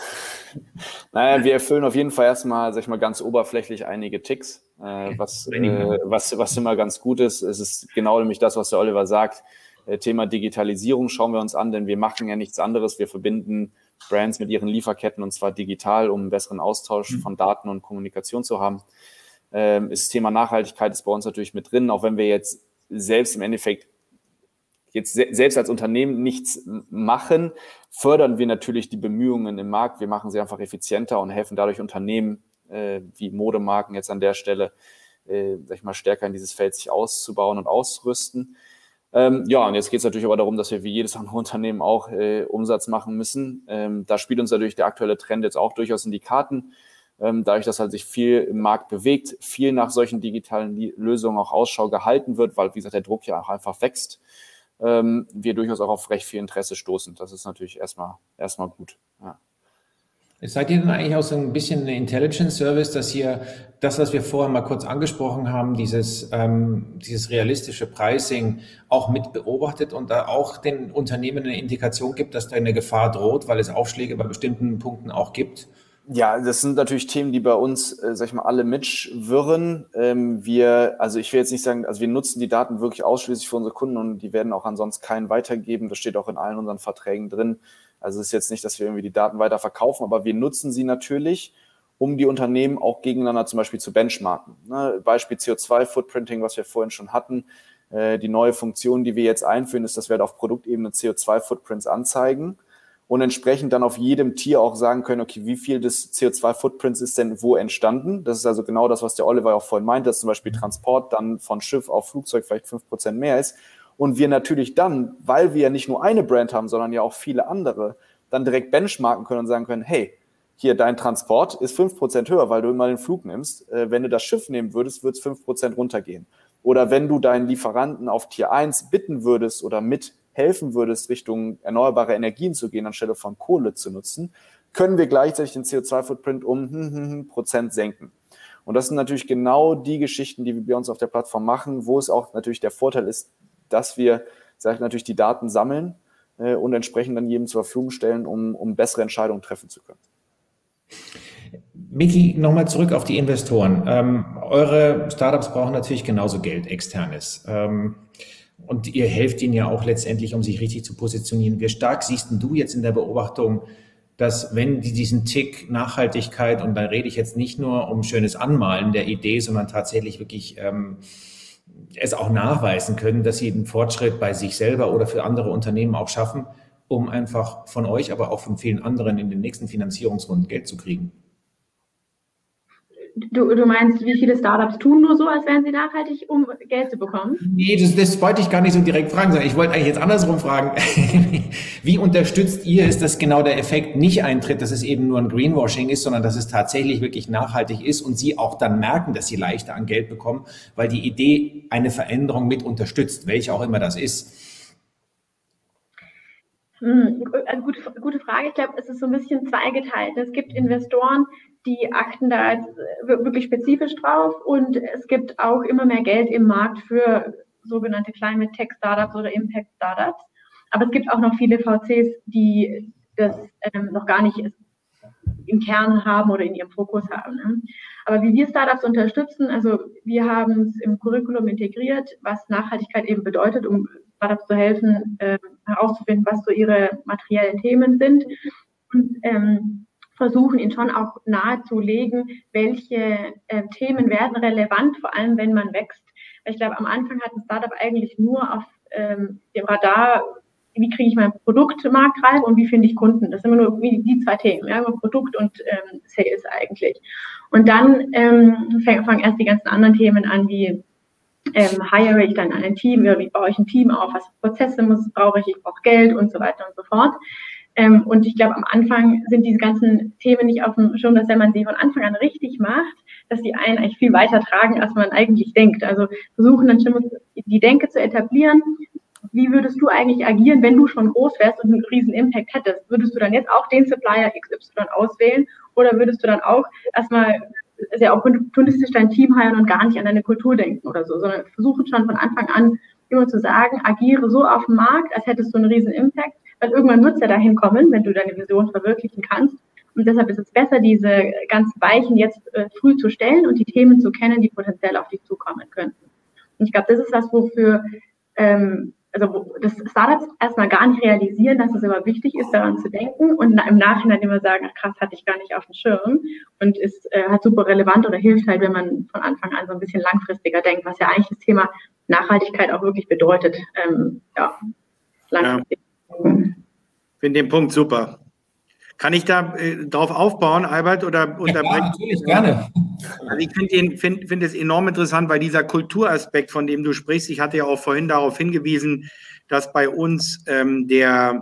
Naja, wir erfüllen auf jeden Fall erstmal, sag ich mal, ganz oberflächlich einige Ticks, äh, was, äh, was, was immer ganz gut ist. Es ist genau nämlich das, was der Oliver sagt. Äh, Thema Digitalisierung schauen wir uns an, denn wir machen ja nichts anderes. Wir verbinden Brands mit ihren Lieferketten und zwar digital, um einen besseren Austausch von Daten und Kommunikation zu haben. Ähm, das Thema Nachhaltigkeit ist bei uns natürlich mit drin, auch wenn wir jetzt selbst im Endeffekt jetzt selbst als Unternehmen nichts machen, fördern wir natürlich die Bemühungen im Markt. Wir machen sie einfach effizienter und helfen dadurch Unternehmen äh, wie Modemarken jetzt an der Stelle, äh, sag ich mal, stärker in dieses Feld sich auszubauen und auszurüsten. Ähm, ja, und jetzt geht es natürlich aber darum, dass wir wie jedes andere Unternehmen auch äh, Umsatz machen müssen. Ähm, da spielt uns natürlich der aktuelle Trend jetzt auch durchaus in die Karten. Ähm, dadurch, dass halt sich viel im Markt bewegt, viel nach solchen digitalen Lösungen auch Ausschau gehalten wird, weil, wie gesagt, der Druck ja auch einfach wächst. Ähm, wir durchaus auch auf recht viel Interesse stoßen. Das ist natürlich erstmal erstmal gut. Ja. Seid ihr denn eigentlich auch so ein bisschen eine Intelligence Service, dass ihr das, was wir vorher mal kurz angesprochen haben, dieses, ähm, dieses realistische Pricing auch mit beobachtet und da auch den Unternehmen eine Indikation gibt, dass da eine Gefahr droht, weil es Aufschläge bei bestimmten Punkten auch gibt? Ja, das sind natürlich Themen, die bei uns, äh, sag ich mal, alle mitschwirren. Ähm, wir, also ich will jetzt nicht sagen, also wir nutzen die Daten wirklich ausschließlich für unsere Kunden und die werden auch ansonsten keinen weitergeben. Das steht auch in allen unseren Verträgen drin. Also es ist jetzt nicht, dass wir irgendwie die Daten weiter verkaufen, aber wir nutzen sie natürlich, um die Unternehmen auch gegeneinander zum Beispiel zu benchmarken. Ne? Beispiel C O zwei Footprinting, was wir vorhin schon hatten. Äh, die neue Funktion, die wir jetzt einführen, ist, dass wir auf Produktebene C O zwei Footprints anzeigen und entsprechend dann auf jedem Tier auch sagen können, okay, wie viel des C O zwei Footprints ist denn wo entstanden? Das ist also genau das, was der Oliver auch vorhin meinte, dass zum Beispiel Transport dann von Schiff auf Flugzeug vielleicht fünf Prozent mehr ist. Und wir natürlich dann, weil wir ja nicht nur eine Brand haben, sondern ja auch viele andere, dann direkt benchmarken können und sagen können, hey, hier, dein Transport ist fünf Prozent höher, weil du immer den Flug nimmst. Äh, wenn du das Schiff nehmen würdest, würde es fünf Prozent runtergehen. Oder wenn du deinen Lieferanten auf Tier eins bitten würdest oder mithelfen würdest, Richtung erneuerbare Energien zu gehen, anstelle von Kohle zu nutzen, können wir gleichzeitig den C O zwei Footprint um hm, hm, hm, Prozent senken. Und das sind natürlich genau die Geschichten, die wir bei uns auf der Plattform machen, wo es auch natürlich der Vorteil ist, dass wir, sag ich, natürlich die Daten sammeln äh, und entsprechend dann jedem zur Verfügung stellen, um, um bessere Entscheidungen treffen zu können. Miki, nochmal zurück auf die Investoren. Ähm, eure Startups brauchen natürlich genauso Geld, externes. Ähm, und ihr helft ihnen ja auch letztendlich, um sich richtig zu positionieren. Wie stark siehst du jetzt in der Beobachtung, dass wenn die diesen Tick Nachhaltigkeit, und da rede ich jetzt nicht nur um schönes Anmalen der Idee, sondern tatsächlich wirklich ähm, es auch nachweisen können, dass sie einen Fortschritt bei sich selber oder für andere Unternehmen auch schaffen, um einfach von euch, aber auch von vielen anderen in den nächsten Finanzierungsrunden Geld zu kriegen? Du, du meinst, wie viele Startups tun nur so, als wären sie nachhaltig, um Geld zu bekommen? Nee, das, das wollte ich gar nicht so direkt fragen, sondern ich wollte eigentlich jetzt andersrum fragen. Wie unterstützt ihr es, dass genau der Effekt nicht eintritt, dass es eben nur ein Greenwashing ist, sondern dass es tatsächlich wirklich nachhaltig ist und sie auch dann merken, dass sie leichter an Geld bekommen, weil die Idee eine Veränderung mit unterstützt, welche auch immer das ist? Hm, also gute, gute Frage. Ich glaube, es ist so ein bisschen zweigeteilt. Es gibt Investoren, die achten da jetzt wirklich spezifisch drauf und es gibt auch immer mehr Geld im Markt für sogenannte Climate Tech Startups oder Impact Startups. Aber es gibt auch noch viele V Cs, die das ähm, noch gar nicht im Kern haben oder in ihrem Fokus haben. Ne? Aber wie wir Startups unterstützen, also wir haben es im Curriculum integriert, was Nachhaltigkeit eben bedeutet, um Startups zu helfen, äh, herauszufinden, was so ihre materiellen Themen sind und ähm, versuchen ihnen schon auch nahezulegen, welche äh, Themen werden relevant, vor allem wenn man wächst. Weil ich glaube, am Anfang hat ein Startup eigentlich nur auf ähm, dem Radar, wie kriege ich mein Produkt marktreif und wie finde ich Kunden. Das sind immer nur die zwei Themen, ja, Produkt und ähm, Sales eigentlich. Und dann ähm, fangen erst die ganzen anderen Themen an, wie ähm, hire ich dann ein Team, wie baue ich ein Team auf, was für Prozesse muss, brauche ich, ich brauche Geld und so weiter und so fort. Ähm, und ich glaube, am Anfang sind diese ganzen Themen nicht auf dem Schirm, dass wenn man sie von Anfang an richtig macht, dass die einen eigentlich viel weiter tragen, als man eigentlich denkt. Also versuchen dann schon die Denke zu etablieren. Wie würdest du eigentlich agieren, wenn du schon groß wärst und einen riesen Impact hättest? Würdest du dann jetzt auch den Supplier X Y auswählen oder würdest du dann auch erstmal sehr opportunistisch dein Team heiren und gar nicht an deine Kultur denken oder so, sondern versuchen schon von Anfang an immer zu sagen, agiere so auf dem Markt, als hättest du einen riesen Impact, weil irgendwann wird es ja dahin kommen, wenn du deine Vision verwirklichen kannst. Und deshalb ist es besser, diese ganz Weichen jetzt äh, früh zu stellen und die Themen zu kennen, die potenziell auf dich zukommen könnten. Und ich glaube, das ist was, wofür ähm, also wo das Startups erstmal gar nicht realisieren, dass es immer wichtig ist, daran zu denken und im Nachhinein immer sagen, ach krass, hatte ich gar nicht auf dem Schirm und ist äh, halt super relevant oder hilft halt, wenn man von Anfang an so ein bisschen langfristiger denkt, was ja eigentlich das Thema Nachhaltigkeit auch wirklich bedeutet. Ähm, ja, langfristig. Ja. Ich finde den Punkt super. Kann ich da äh, drauf aufbauen, Albert, oder unterbrechen? Ja, natürlich, gerne. Also ich finde find, find es enorm interessant, weil dieser Kulturaspekt, von dem du sprichst, ich hatte ja auch vorhin darauf hingewiesen, dass bei uns ähm, der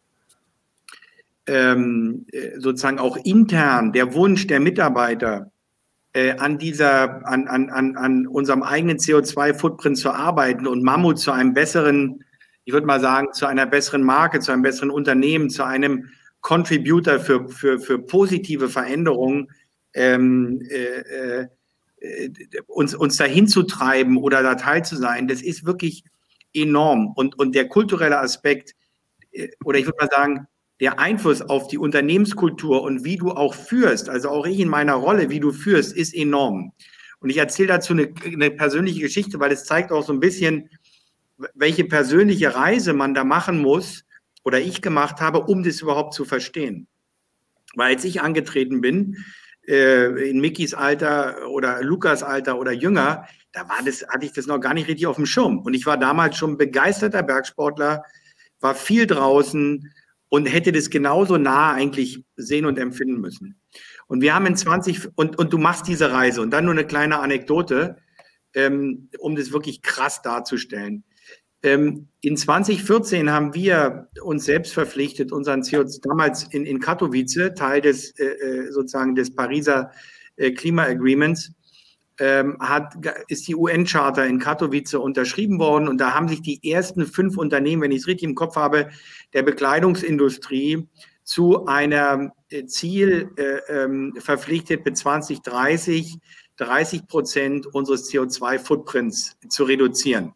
ähm, sozusagen auch intern der Wunsch der Mitarbeiter äh, an dieser, an, an, an, an unserem eigenen C O zwei Footprint zu arbeiten und Mammut zu einem besseren, ich würde mal sagen, zu einer besseren Marke, zu einem besseren Unternehmen, zu einem Contributor für, für, für positive Veränderungen, ähm, äh, äh, uns, uns dahin zu treiben oder da teil zu sein, das ist wirklich enorm. Und, und der kulturelle Aspekt, äh, oder ich würde mal sagen, der Einfluss auf die Unternehmenskultur und wie du auch führst, also auch ich in meiner Rolle, wie du führst, ist enorm. Und ich erzähle dazu eine, eine persönliche Geschichte, weil es zeigt auch so ein bisschen, welche persönliche Reise man da machen muss, oder ich gemacht habe, um das überhaupt zu verstehen. Weil als ich angetreten bin, äh, in Mickys Alter oder Lukas Alter oder jünger, da war das, hatte ich das noch gar nicht richtig auf dem Schirm. Und ich war damals schon begeisterter Bergsportler, war viel draußen und hätte das genauso nah eigentlich sehen und empfinden müssen. Und wir haben in zwanzig, und, und du machst diese Reise, und dann nur eine kleine Anekdote, ähm, um das wirklich krass darzustellen. In zwanzig vierzehn haben wir uns selbst verpflichtet, unseren C O zwei, damals in, in Katowice, Teil des äh, sozusagen des Pariser äh, Klima-Agreements, ähm, hat, ist die U N-Charta in Katowice unterschrieben worden und da haben sich die ersten fünf Unternehmen, wenn ich es richtig im Kopf habe, der Bekleidungsindustrie zu einer äh, Ziel äh, ähm, verpflichtet, bis zwanzig dreißig dreißig Prozent unseres C O zwei Footprints zu reduzieren.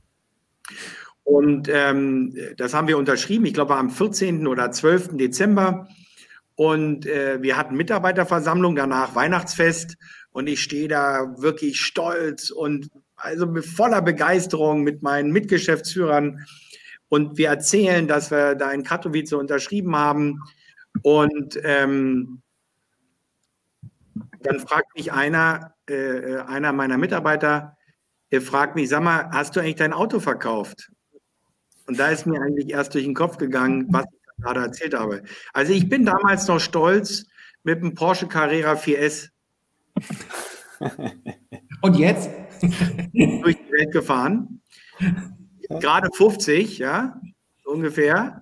Und ähm, das haben wir unterschrieben, ich glaube am vierzehnten oder zwölften Dezember. Und äh, wir hatten Mitarbeiterversammlung, danach Weihnachtsfest. Und ich stehe da wirklich stolz und also mit voller Begeisterung mit meinen Mitgeschäftsführern. Und wir erzählen, dass wir da in Katowice unterschrieben haben. Und ähm, dann fragt mich einer, äh, einer meiner Mitarbeiter, er fragt mich, sag mal, hast du eigentlich dein Auto verkauft? Und da ist mir eigentlich erst durch den Kopf gegangen, was ich gerade erzählt habe. Also ich bin damals noch stolz mit dem Porsche Carrera vier S Und jetzt? Durch die Welt gefahren. Gerade fünfzig, ja, ungefähr.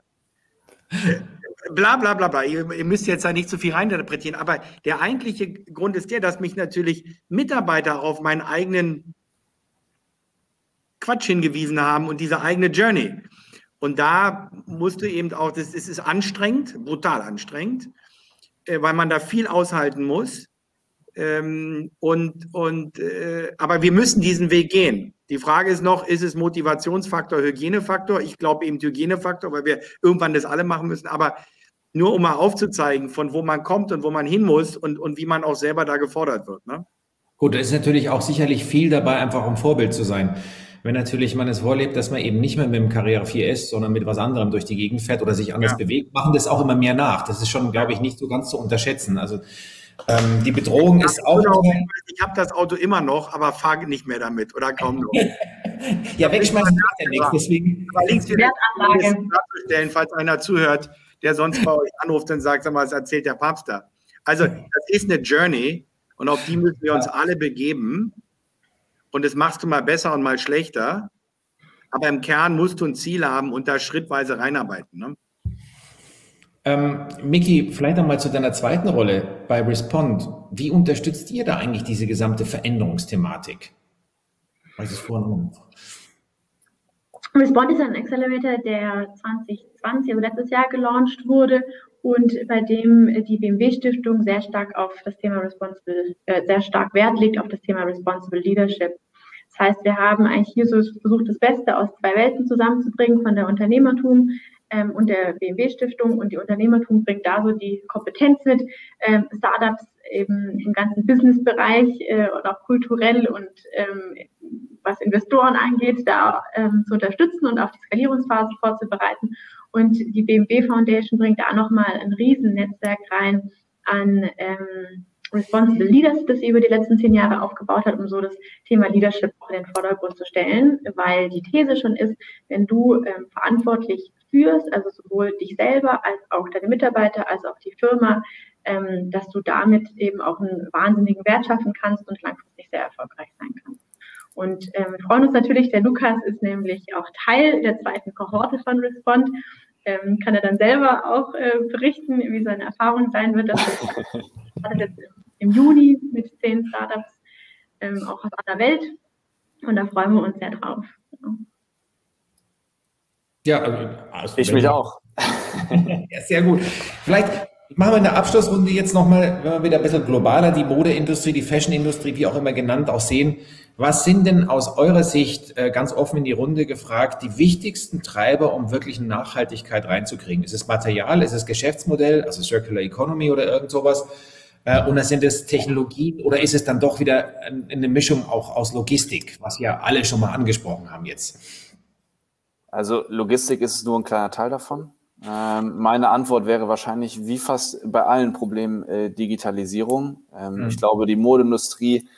Bla bla bla bla. Ihr, ihr müsst jetzt da nicht zu viel reininterpretieren, aber der eigentliche Grund ist der, dass mich natürlich Mitarbeiter auf meinen eigenen Quatsch hingewiesen haben und diese eigene Journey. Und da musst du eben auch, das, das ist anstrengend, brutal anstrengend, äh, weil man da viel aushalten muss. Ähm, und, und, äh, aber wir müssen diesen Weg gehen. Die Frage ist noch, ist es Motivationsfaktor, Hygienefaktor? Ich glaube eben Hygienefaktor, weil wir irgendwann das alle machen müssen. Aber nur um mal aufzuzeigen, von wo man kommt und wo man hin muss und, und wie man auch selber da gefordert wird. Ne? Gut, da ist natürlich auch sicherlich viel dabei, einfach um Vorbild zu sein. Wenn natürlich man es vorlebt, dass man eben nicht mehr mit dem Carrera vier S, sondern mit was anderem durch die Gegend fährt oder sich anders ja. bewegt, machen das auch immer mehr nach. Das ist schon, glaube ich, nicht so ganz zu unterschätzen. Also ähm, die Bedrohung ist auch... Genau, ich habe das Auto immer noch, aber fahre nicht mehr damit oder kaum noch. Ja, wegschmeißen macht ja nichts, deswegen... Aber links wieder darzustellen, falls einer zuhört, der sonst bei euch anruft und sagt, sag mal, was erzählt der Papst da? Also das ist eine Journey und auf die müssen wir uns alle begeben. Und das machst du mal besser und mal schlechter. Aber im Kern musst du ein Ziel haben und da schrittweise reinarbeiten. Ne? Ähm, Miki, vielleicht einmal zu deiner zweiten Rolle bei Respond. Wie unterstützt ihr da eigentlich diese gesamte Veränderungsthematik? Was ist vorhin? Respond ist ein Accelerator, der zwanzig zwanzig, also letztes Jahr gelauncht wurde und bei dem die B M W-Stiftung sehr stark auf das Thema Responsible, äh, sehr stark Wert legt auf das Thema Responsible Leadership. Das heißt, wir haben eigentlich hier so versucht, das Beste aus zwei Welten zusammenzubringen, von der Unternehmertum ähm, und der B M W-Stiftung. Und die Unternehmertum bringt da so die Kompetenz mit, ähm, Startups eben im ganzen Businessbereich äh, und auch kulturell und ähm, was Investoren angeht, da ähm, zu unterstützen und auf die Skalierungsphase vorzubereiten. Und die B M W Foundation bringt da nochmal ein Riesennetzwerk rein an ähm, Responsible Leaders, das sie über die letzten zehn Jahre aufgebaut hat, um so das Thema Leadership auch in den Vordergrund zu stellen, weil die These schon ist, wenn du ähm, verantwortlich führst, also sowohl dich selber als auch deine Mitarbeiter, als auch die Firma, ähm, dass du damit eben auch einen wahnsinnigen Wert schaffen kannst und langfristig sehr erfolgreich sein kannst. Und ähm, wir freuen uns natürlich, der Lukas ist nämlich auch Teil der zweiten Kohorte von Respond. Ähm, kann er dann selber auch äh, berichten, wie seine Erfahrung sein wird. Das startet jetzt im Juni mit zehn Startups, ähm, auch aus aller Welt. Und da freuen wir uns sehr drauf. Ja, also, ich mich auch. Ja, sehr gut. Vielleicht machen wir in der Abschlussrunde jetzt nochmal, wenn wir wieder ein bisschen globaler die Modeindustrie, die Fashionindustrie, wie auch immer genannt, auch sehen. Was sind denn aus eurer Sicht, ganz offen in die Runde gefragt, die wichtigsten Treiber, um wirklich eine Nachhaltigkeit reinzukriegen? Ist es Material, ist es Geschäftsmodell, also Circular Economy oder irgend sowas? Oder sind es Technologien oder ist es dann doch wieder eine Mischung auch aus Logistik, was ja alle schon mal angesprochen haben jetzt? Also Logistik ist nur ein kleiner Teil davon. Ähm, meine Antwort wäre wahrscheinlich, wie fast bei allen Problemen, äh, Digitalisierung. Ähm, mhm. Ich glaube, die Modeindustrie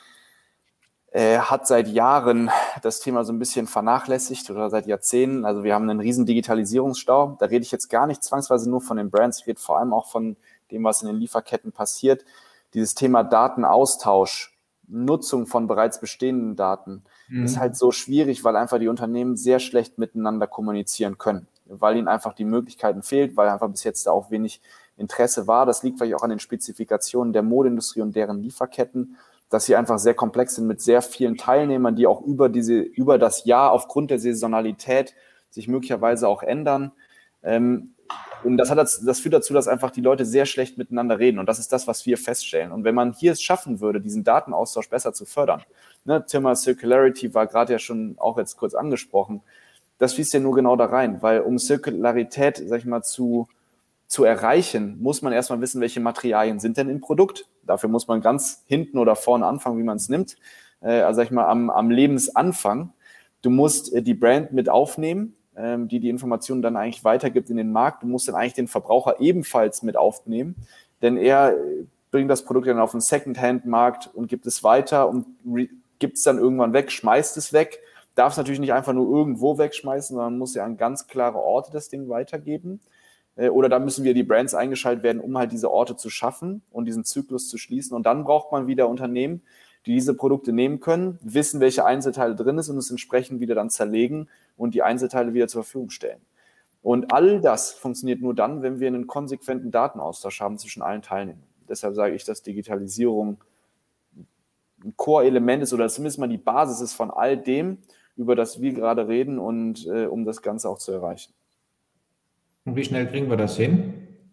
äh, hat seit Jahren das Thema so ein bisschen vernachlässigt oder seit Jahrzehnten. Also wir haben einen riesen Digitalisierungsstau. Da rede ich jetzt gar nicht zwangsweise nur von den Brands, ich rede vor allem auch von dem, was in den Lieferketten passiert. Dieses Thema Datenaustausch, Nutzung von bereits bestehenden Daten, mhm. ist halt so schwierig, weil einfach die Unternehmen sehr schlecht miteinander kommunizieren können, weil ihnen einfach die Möglichkeiten fehlt, weil einfach bis jetzt da auch wenig Interesse war. Das liegt vielleicht auch an den Spezifikationen der Modeindustrie und deren Lieferketten, dass sie einfach sehr komplex sind mit sehr vielen Teilnehmern, die auch über diese, über das Jahr aufgrund der Saisonalität sich möglicherweise auch ändern. Ähm, und das hat das, das führt dazu, dass einfach die Leute sehr schlecht miteinander reden. Und das ist das, was wir feststellen. Und wenn man hier es schaffen würde, diesen Datenaustausch besser zu fördern, ne, Thema Circularity war gerade ja schon auch jetzt kurz angesprochen, das fließt ja nur genau da rein, weil um Zirkularität, sag ich mal, zu, zu erreichen, muss man erstmal wissen, welche Materialien sind denn im Produkt. Dafür muss man ganz hinten oder vorne anfangen, wie man es nimmt. Äh, also sag ich mal, am, am Lebensanfang. Du musst äh, die Brand mit aufnehmen, ähm, die die Informationen dann eigentlich weitergibt in den Markt. Du musst dann eigentlich den Verbraucher ebenfalls mit aufnehmen, denn er äh, bringt das Produkt dann auf den Second-Hand-Markt und gibt es weiter und re- gibt es dann irgendwann weg, schmeißt es weg. Darf es natürlich nicht einfach nur irgendwo wegschmeißen, sondern muss ja an ganz klare Orte das Ding weitergeben. Oder da müssen wir die Brands eingeschaltet werden, um halt diese Orte zu schaffen und diesen Zyklus zu schließen. Und dann braucht man wieder Unternehmen, die diese Produkte nehmen können, wissen, welche Einzelteile drin ist und es entsprechend wieder dann zerlegen und die Einzelteile wieder zur Verfügung stellen. Und all das funktioniert nur dann, wenn wir einen konsequenten Datenaustausch haben zwischen allen Teilnehmern. Deshalb sage ich, dass Digitalisierung ein Core-Element ist oder zumindest mal die Basis ist von all dem, über das wir gerade reden und äh, um das Ganze auch zu erreichen. Und wie schnell kriegen wir das hin?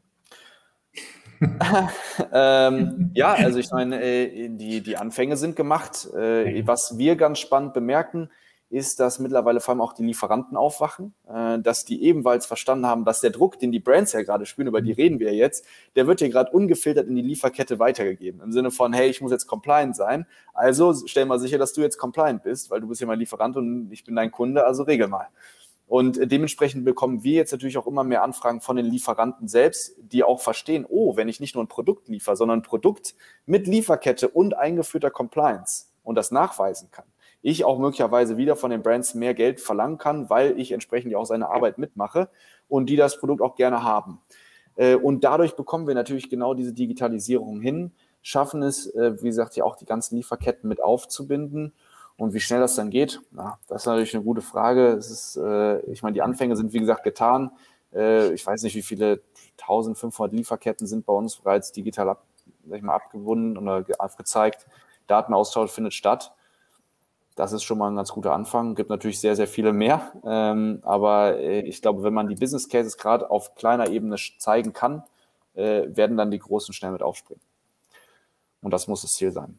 ähm, ja, also ich meine, äh, die, die Anfänge sind gemacht. Äh, was wir ganz spannend bemerken, ist, dass mittlerweile vor allem auch die Lieferanten aufwachen, äh, dass die ebenfalls verstanden haben, dass der Druck, den die Brands ja gerade spüren, über die reden wir jetzt, der wird hier gerade ungefiltert in die Lieferkette weitergegeben. Im Sinne von, hey, ich muss jetzt compliant sein, also stell mal sicher, dass du jetzt compliant bist, weil du bist ja mein Lieferant und ich bin dein Kunde, also regel mal. Und dementsprechend bekommen wir jetzt natürlich auch immer mehr Anfragen von den Lieferanten selbst, die auch verstehen, oh, wenn ich nicht nur ein Produkt liefere, sondern ein Produkt mit Lieferkette und eingeführter Compliance und das nachweisen kann, ich auch möglicherweise wieder von den Brands mehr Geld verlangen kann, weil ich entsprechend ja auch seine Arbeit mitmache und die das Produkt auch gerne haben. Und dadurch bekommen wir natürlich genau diese Digitalisierung hin, schaffen es, wie gesagt, ja auch die ganzen Lieferketten mit aufzubinden. Und wie schnell das dann geht, na, das ist natürlich eine gute Frage. Es ist, äh, ich meine, die Anfänge sind, wie gesagt, getan. Äh, ich weiß nicht, wie viele eintausendfünfhundert Lieferketten sind bei uns bereits digital ab, sag ich mal, abgebunden oder aufgezeigt. Datenaustausch findet statt. Das ist schon mal ein ganz guter Anfang. Gibt natürlich sehr, sehr viele mehr. Ähm, aber äh, ich glaube, wenn man die Business Cases gerade auf kleiner Ebene zeigen kann, äh, werden dann die Großen schnell mit aufspringen. Und das muss das Ziel sein.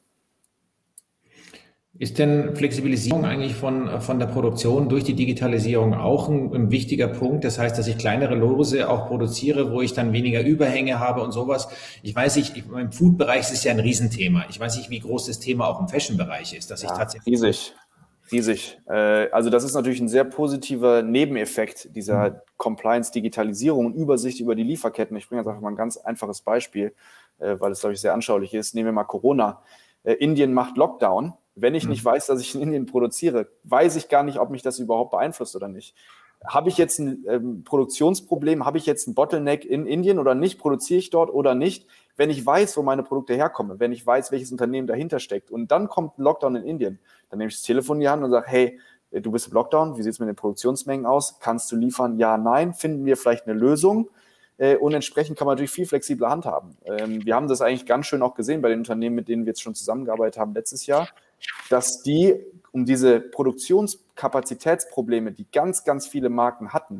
Ist denn Flexibilisierung eigentlich von, von der Produktion durch die Digitalisierung auch ein, ein wichtiger Punkt? Das heißt, dass ich kleinere Lose auch produziere, wo ich dann weniger Überhänge habe und sowas. Ich weiß nicht, ich, im Food-Bereich ist es ja ein Riesenthema. Ich weiß nicht, wie groß das Thema auch im Fashion-Bereich ist, dass ja, ich tatsächlich... Riesig, riesig. Äh, also das ist natürlich ein sehr positiver Nebeneffekt dieser mhm. Compliance-Digitalisierung und Übersicht über die Lieferketten. Ich bringe jetzt einfach mal ein ganz einfaches Beispiel, äh, weil es, glaube ich, sehr anschaulich ist. Nehmen wir mal Corona. Äh, Indien macht Lockdown. Wenn ich nicht weiß, dass ich in Indien produziere, weiß ich gar nicht, ob mich das überhaupt beeinflusst oder nicht. Habe ich jetzt ein ähm, Produktionsproblem, habe ich jetzt einen Bottleneck in Indien oder nicht, produziere ich dort oder nicht? Wenn ich weiß, wo meine Produkte herkommen, wenn ich weiß, welches Unternehmen dahinter steckt und dann kommt ein Lockdown in Indien, dann nehme ich das Telefon in die Hand und sage, hey, du bist im Lockdown, wie sieht es mit den Produktionsmengen aus? Kannst du liefern? Ja, nein. Finden wir vielleicht eine Lösung? Und entsprechend kann man natürlich viel flexibler handhaben. Wir haben das eigentlich ganz schön auch gesehen bei den Unternehmen, mit denen wir jetzt schon zusammengearbeitet haben letztes Jahr, dass die um diese Produktionskapazitätsprobleme, die ganz, ganz viele Marken hatten,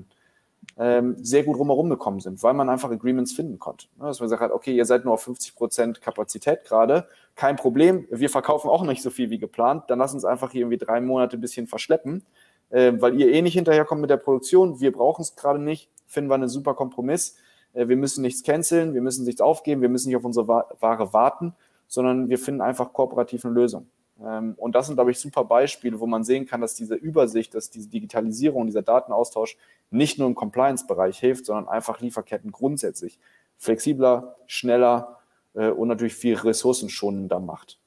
sehr gut rumherum gekommen sind, weil man einfach Agreements finden konnte. Dass man gesagt hat, okay, ihr seid nur auf fünfzig Prozent Kapazität gerade, kein Problem, wir verkaufen auch nicht so viel wie geplant, dann lass uns einfach hier irgendwie drei Monate ein bisschen verschleppen, weil ihr eh nicht hinterherkommt mit der Produktion, wir brauchen es gerade nicht, finden wir einen super Kompromiss. Wir müssen nichts canceln, wir müssen nichts aufgeben, wir müssen nicht auf unsere Ware warten, sondern wir finden einfach kooperativ eine Lösung. Und das sind, glaube ich, super Beispiele, wo man sehen kann, dass diese Übersicht, dass diese Digitalisierung, dieser Datenaustausch nicht nur im Compliance-Bereich hilft, sondern einfach Lieferketten grundsätzlich flexibler, schneller und natürlich viel ressourcenschonender macht.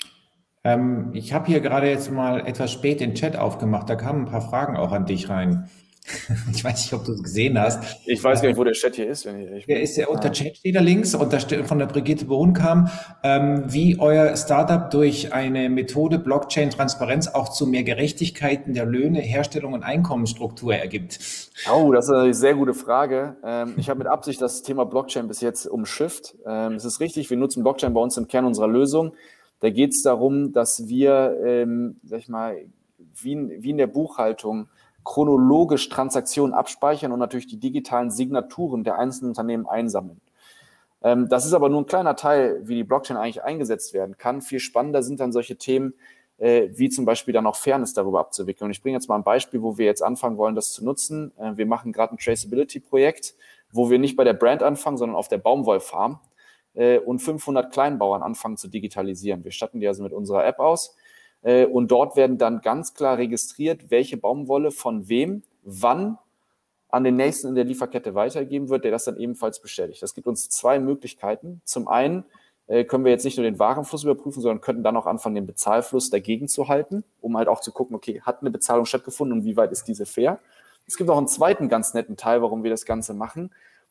Ähm, ich habe hier gerade jetzt mal etwas spät den Chat aufgemacht, da kamen ein paar Fragen auch an dich rein. Ich weiß nicht, ob du es gesehen hast. Ich weiß gar nicht, wo der Chat hier ist. Wenn ich, ich der ist der unter Chat steht da links und da steht von der Brigitte Bohn kam, ähm, wie euer Startup durch eine Methode Blockchain-Transparenz auch zu mehr Gerechtigkeiten der Löhne, Herstellung und Einkommensstruktur ergibt. Oh, das ist eine sehr gute Frage. Ähm, ich habe mit Absicht das Thema Blockchain bis jetzt umschifft. Ähm, es ist richtig, wir nutzen Blockchain bei uns im Kern unserer Lösung. Da geht es darum, dass wir, ähm, sag ich mal, wie in, wie in der Buchhaltung chronologisch Transaktionen abspeichern und natürlich die digitalen Signaturen der einzelnen Unternehmen einsammeln. Ähm, das ist aber nur ein kleiner Teil, wie die Blockchain eigentlich eingesetzt werden kann. Viel spannender sind dann solche Themen, äh, wie zum Beispiel dann auch Fairness darüber abzuwickeln. Und ich bringe jetzt mal ein Beispiel, wo wir jetzt anfangen wollen, das zu nutzen. Äh, wir machen gerade ein Traceability-Projekt, wo wir nicht bei der Brand anfangen, sondern auf der Baumwollfarm äh, und fünfhundert Kleinbauern anfangen zu digitalisieren. Wir statten die also mit unserer App aus. Und dort werden dann ganz klar registriert, welche Baumwolle von wem, wann an den nächsten in der Lieferkette weitergegeben wird, der das dann ebenfalls bestätigt. Das gibt uns zwei Möglichkeiten. Zum einen können wir jetzt nicht nur den Warenfluss überprüfen, sondern könnten dann auch anfangen, den Bezahlfluss dagegen zu halten, um halt auch zu gucken, okay, hat eine Bezahlung stattgefunden und wie weit ist diese fair? Es gibt auch einen zweiten ganz netten Teil, warum wir das Ganze machen.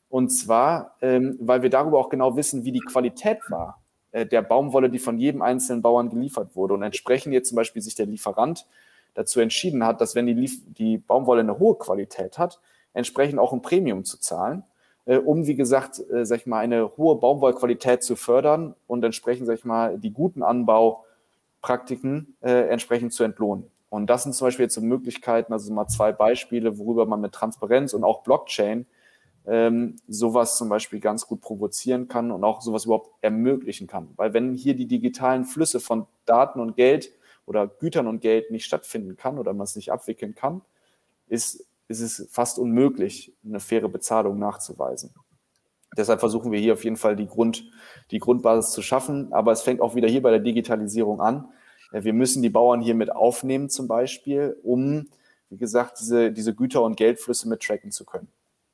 Und zwar, ähm, weil wir darüber auch genau wissen, wie die Qualität war äh, der Baumwolle, die von jedem einzelnen Bauern geliefert wurde. Und entsprechend jetzt zum Beispiel sich der Lieferant dazu entschieden hat, dass wenn die, Lief- die Baumwolle eine hohe Qualität hat, entsprechend auch ein Premium zu zahlen, äh, um, wie gesagt, äh, sag ich mal, eine hohe Baumwollqualität zu fördern und entsprechend, sag ich mal, die guten Anbaupraktiken äh, entsprechend zu entlohnen. Und das sind zum Beispiel jetzt so Möglichkeiten, also mal zwei Beispiele, worüber man mit Transparenz und auch Blockchain ähm, sowas zum Beispiel ganz gut provozieren kann und auch sowas überhaupt ermöglichen kann. Weil wenn hier die digitalen Flüsse von Daten und Geld oder Gütern und Geld nicht stattfinden kann oder man es nicht abwickeln kann, ist, ist es fast unmöglich, eine faire Bezahlung nachzuweisen. Deshalb versuchen wir hier auf jeden Fall die, Grund, die Grundbasis zu schaffen, aber es fängt auch wieder hier bei der Digitalisierung an. Wir müssen die Bauern hier mit aufnehmen zum Beispiel, um, wie gesagt, diese, diese Güter- und Geldflüsse mit tracken zu können.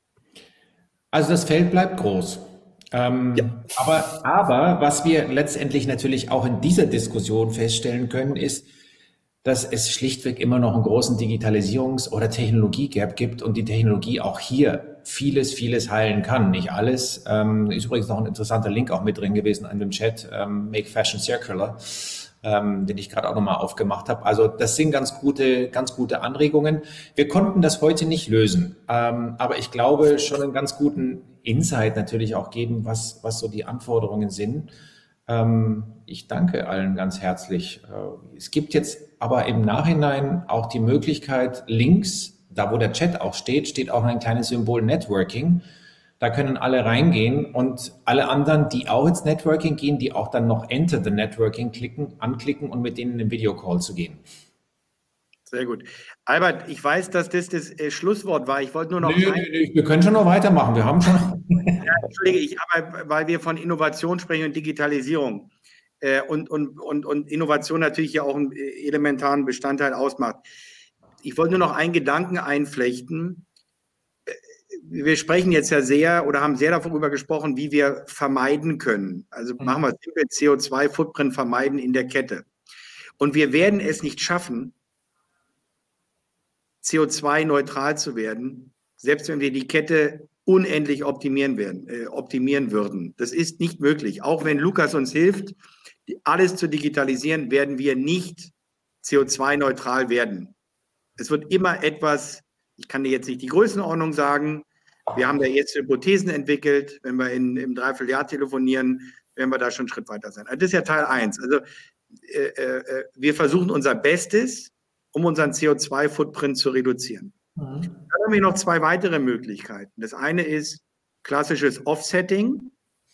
Also das Feld bleibt groß. Ähm, ja. aber, aber was wir letztendlich natürlich auch in dieser Diskussion feststellen können, ist, dass es schlichtweg immer noch einen großen Digitalisierungs- oder Technologie-Gap gibt und die Technologie auch hier vieles, vieles heilen kann. Nicht alles. Ähm, ist übrigens noch ein interessanter Link auch mit drin gewesen in dem Chat, ähm, Make Fashion Circular, ähm, den ich gerade auch nochmal aufgemacht habe. Also das sind ganz gute, ganz gute Anregungen. Wir konnten das heute nicht lösen, ähm, aber ich glaube schon einen ganz guten Insight natürlich auch geben, was, was so die Anforderungen sind. Ähm, ich danke allen ganz herzlich. Äh, es gibt jetzt aber im Nachhinein auch die Möglichkeit, links, da wo der Chat auch steht, steht auch ein kleines Symbol Networking. Da können alle reingehen und alle anderen, die auch ins Networking gehen, die auch dann noch Enter the Networking klicken, anklicken und mit denen in den Videocall zu gehen. Sehr gut. Albert, ich weiß, dass das das äh, Schlusswort war. Ich wollte nur noch... Nö, nö, nö, wir können schon noch weitermachen. Wir haben schon... ja, Entschuldige, ich, aber, weil wir von Innovation sprechen und Digitalisierung äh, und, und, und, und Innovation natürlich ja auch einen elementaren Bestandteil ausmacht. Ich wollte nur noch einen Gedanken einflechten. Wir sprechen jetzt ja sehr oder haben sehr darüber gesprochen, wie wir vermeiden können. Also machen wir es simpel, C O zwei Footprint vermeiden in der Kette. Und wir werden es nicht schaffen, C O zwei neutral zu werden, selbst wenn wir die Kette unendlich optimieren werden, äh, optimieren würden. Das ist nicht möglich. Auch wenn Lukas uns hilft, alles zu digitalisieren, werden wir nicht C O zwei neutral werden. Es wird immer etwas, ich kann dir jetzt nicht die Größenordnung sagen, wir haben da jetzt Hypothesen entwickelt, wenn wir in, im Dreivierteljahr telefonieren, werden wir da schon einen Schritt weiter sein. Also das ist ja Teil eins. Also äh, äh, wir versuchen unser Bestes, um unseren C O zwei Footprint zu reduzieren. Mhm. Dann haben wir noch zwei weitere Möglichkeiten. Das eine ist klassisches Offsetting,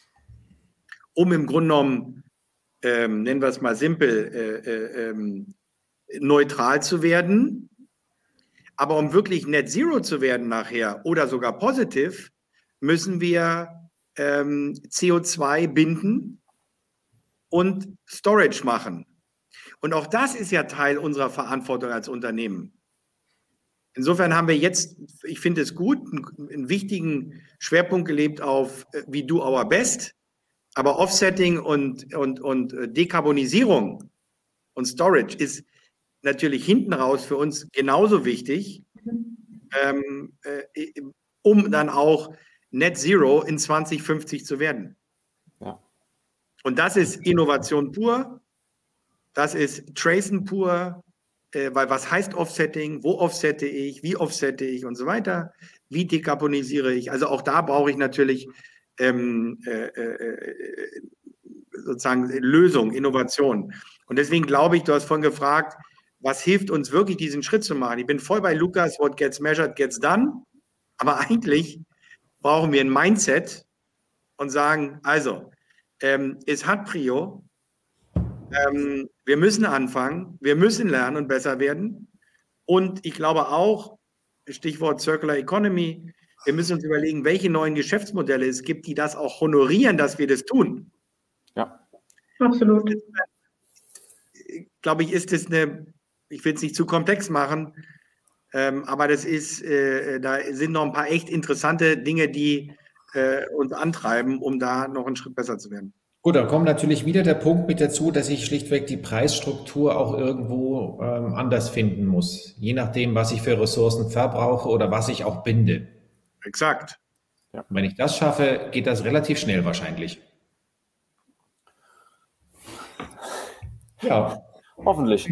um im Grunde genommen, ähm, nennen wir es mal simpel, äh, äh, ähm, neutral zu werden. Aber um wirklich Net Zero zu werden nachher oder sogar positiv, müssen wir ähm, C O zwei binden und Storage machen. Und auch das ist ja Teil unserer Verantwortung als Unternehmen. Insofern haben wir jetzt, ich finde es gut, einen, einen wichtigen Schwerpunkt gelebt auf äh, We do our best, aber Offsetting und, und, und Dekarbonisierung und Storage ist natürlich hinten raus für uns genauso wichtig, ähm, äh, um dann auch Net Zero in zwanzig fünfzig zu werden. Ja. Und das ist Innovation pur, das ist Tracen pur, äh, weil was heißt Offsetting, wo offsette ich, wie offsette ich und so weiter, wie dekarbonisiere ich. Also auch da brauche ich natürlich ähm, äh, äh, sozusagen Lösung, Innovation. Und deswegen glaube ich, du hast vorhin gefragt, was hilft uns wirklich, diesen Schritt zu machen? Ich bin voll bei Lukas, what gets measured, gets done. Aber eigentlich brauchen wir ein Mindset und sagen, also, ähm, es hat Prio, ähm, wir müssen anfangen, wir müssen lernen und besser werden. Und ich glaube auch, Stichwort Circular Economy, wir müssen uns überlegen, welche neuen Geschäftsmodelle es gibt, die das auch honorieren, dass wir das tun. Ja, absolut. Glaube ich, ist es eine... Ich will es nicht zu komplex machen, ähm, aber das ist, äh, da sind noch ein paar echt interessante Dinge, die äh, uns antreiben, um da noch einen Schritt besser zu werden. Gut, dann kommt natürlich wieder der Punkt mit dazu, dass ich schlichtweg die Preisstruktur auch irgendwo ähm, anders finden muss, je nachdem, was ich für Ressourcen verbrauche oder was ich auch binde. Exakt. Ja. Wenn ich das schaffe, geht das relativ schnell wahrscheinlich. Ja. Hoffentlich.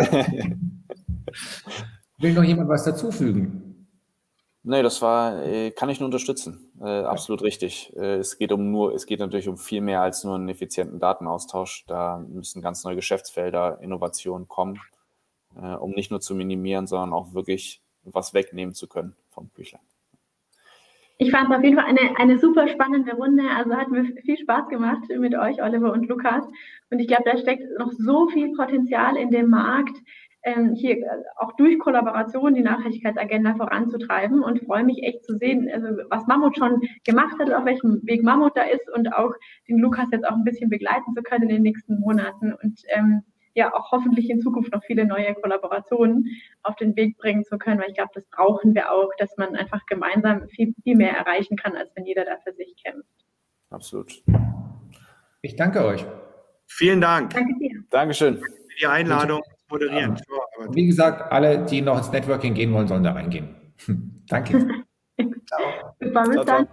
Will noch jemand was dazufügen? Nee, das war, kann ich nur unterstützen. Äh, absolut richtig. Äh, es geht um nur, es geht natürlich um viel mehr als nur einen effizienten Datenaustausch. Da müssen ganz neue Geschäftsfelder, Innovationen kommen, äh, um nicht nur zu minimieren, sondern auch wirklich was wegnehmen zu können vom Büchlein. Ich fand es auf jeden Fall eine, eine super spannende Runde. Also hat mir viel Spaß gemacht mit euch, Oliver und Lukas. Und ich glaube, da steckt noch so viel Potenzial in dem Markt, ähm, hier auch durch Kollaboration die Nachhaltigkeitsagenda voranzutreiben, und freue mich echt zu sehen, also was Mammut schon gemacht hat, auf welchem Weg Mammut da ist, und auch den Lukas jetzt auch ein bisschen begleiten zu können in den nächsten Monaten und ähm, ja auch hoffentlich in Zukunft noch viele neue Kollaborationen auf den Weg bringen zu können, weil ich glaube, das brauchen wir auch, dass man einfach gemeinsam viel, viel mehr erreichen kann, als wenn jeder da für sich kämpft. Absolut. Ich danke euch. Vielen Dank. Danke dir. Dankeschön. Danke für die Einladung zu moderieren. Und wie gesagt, alle, die noch ins Networking gehen wollen, sollen da reingehen. Danke. Ciao. Super, bis dann.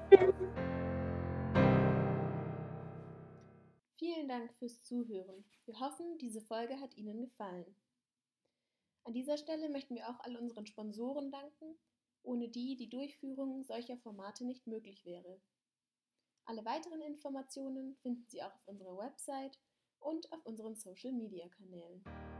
Vielen Dank fürs Zuhören. Wir hoffen, diese Folge hat Ihnen gefallen. An dieser Stelle möchten wir auch all unseren Sponsoren danken, ohne die die Durchführung solcher Formate nicht möglich wäre. Alle weiteren Informationen finden Sie auch auf unserer Website und auf unseren Social-Media-Kanälen.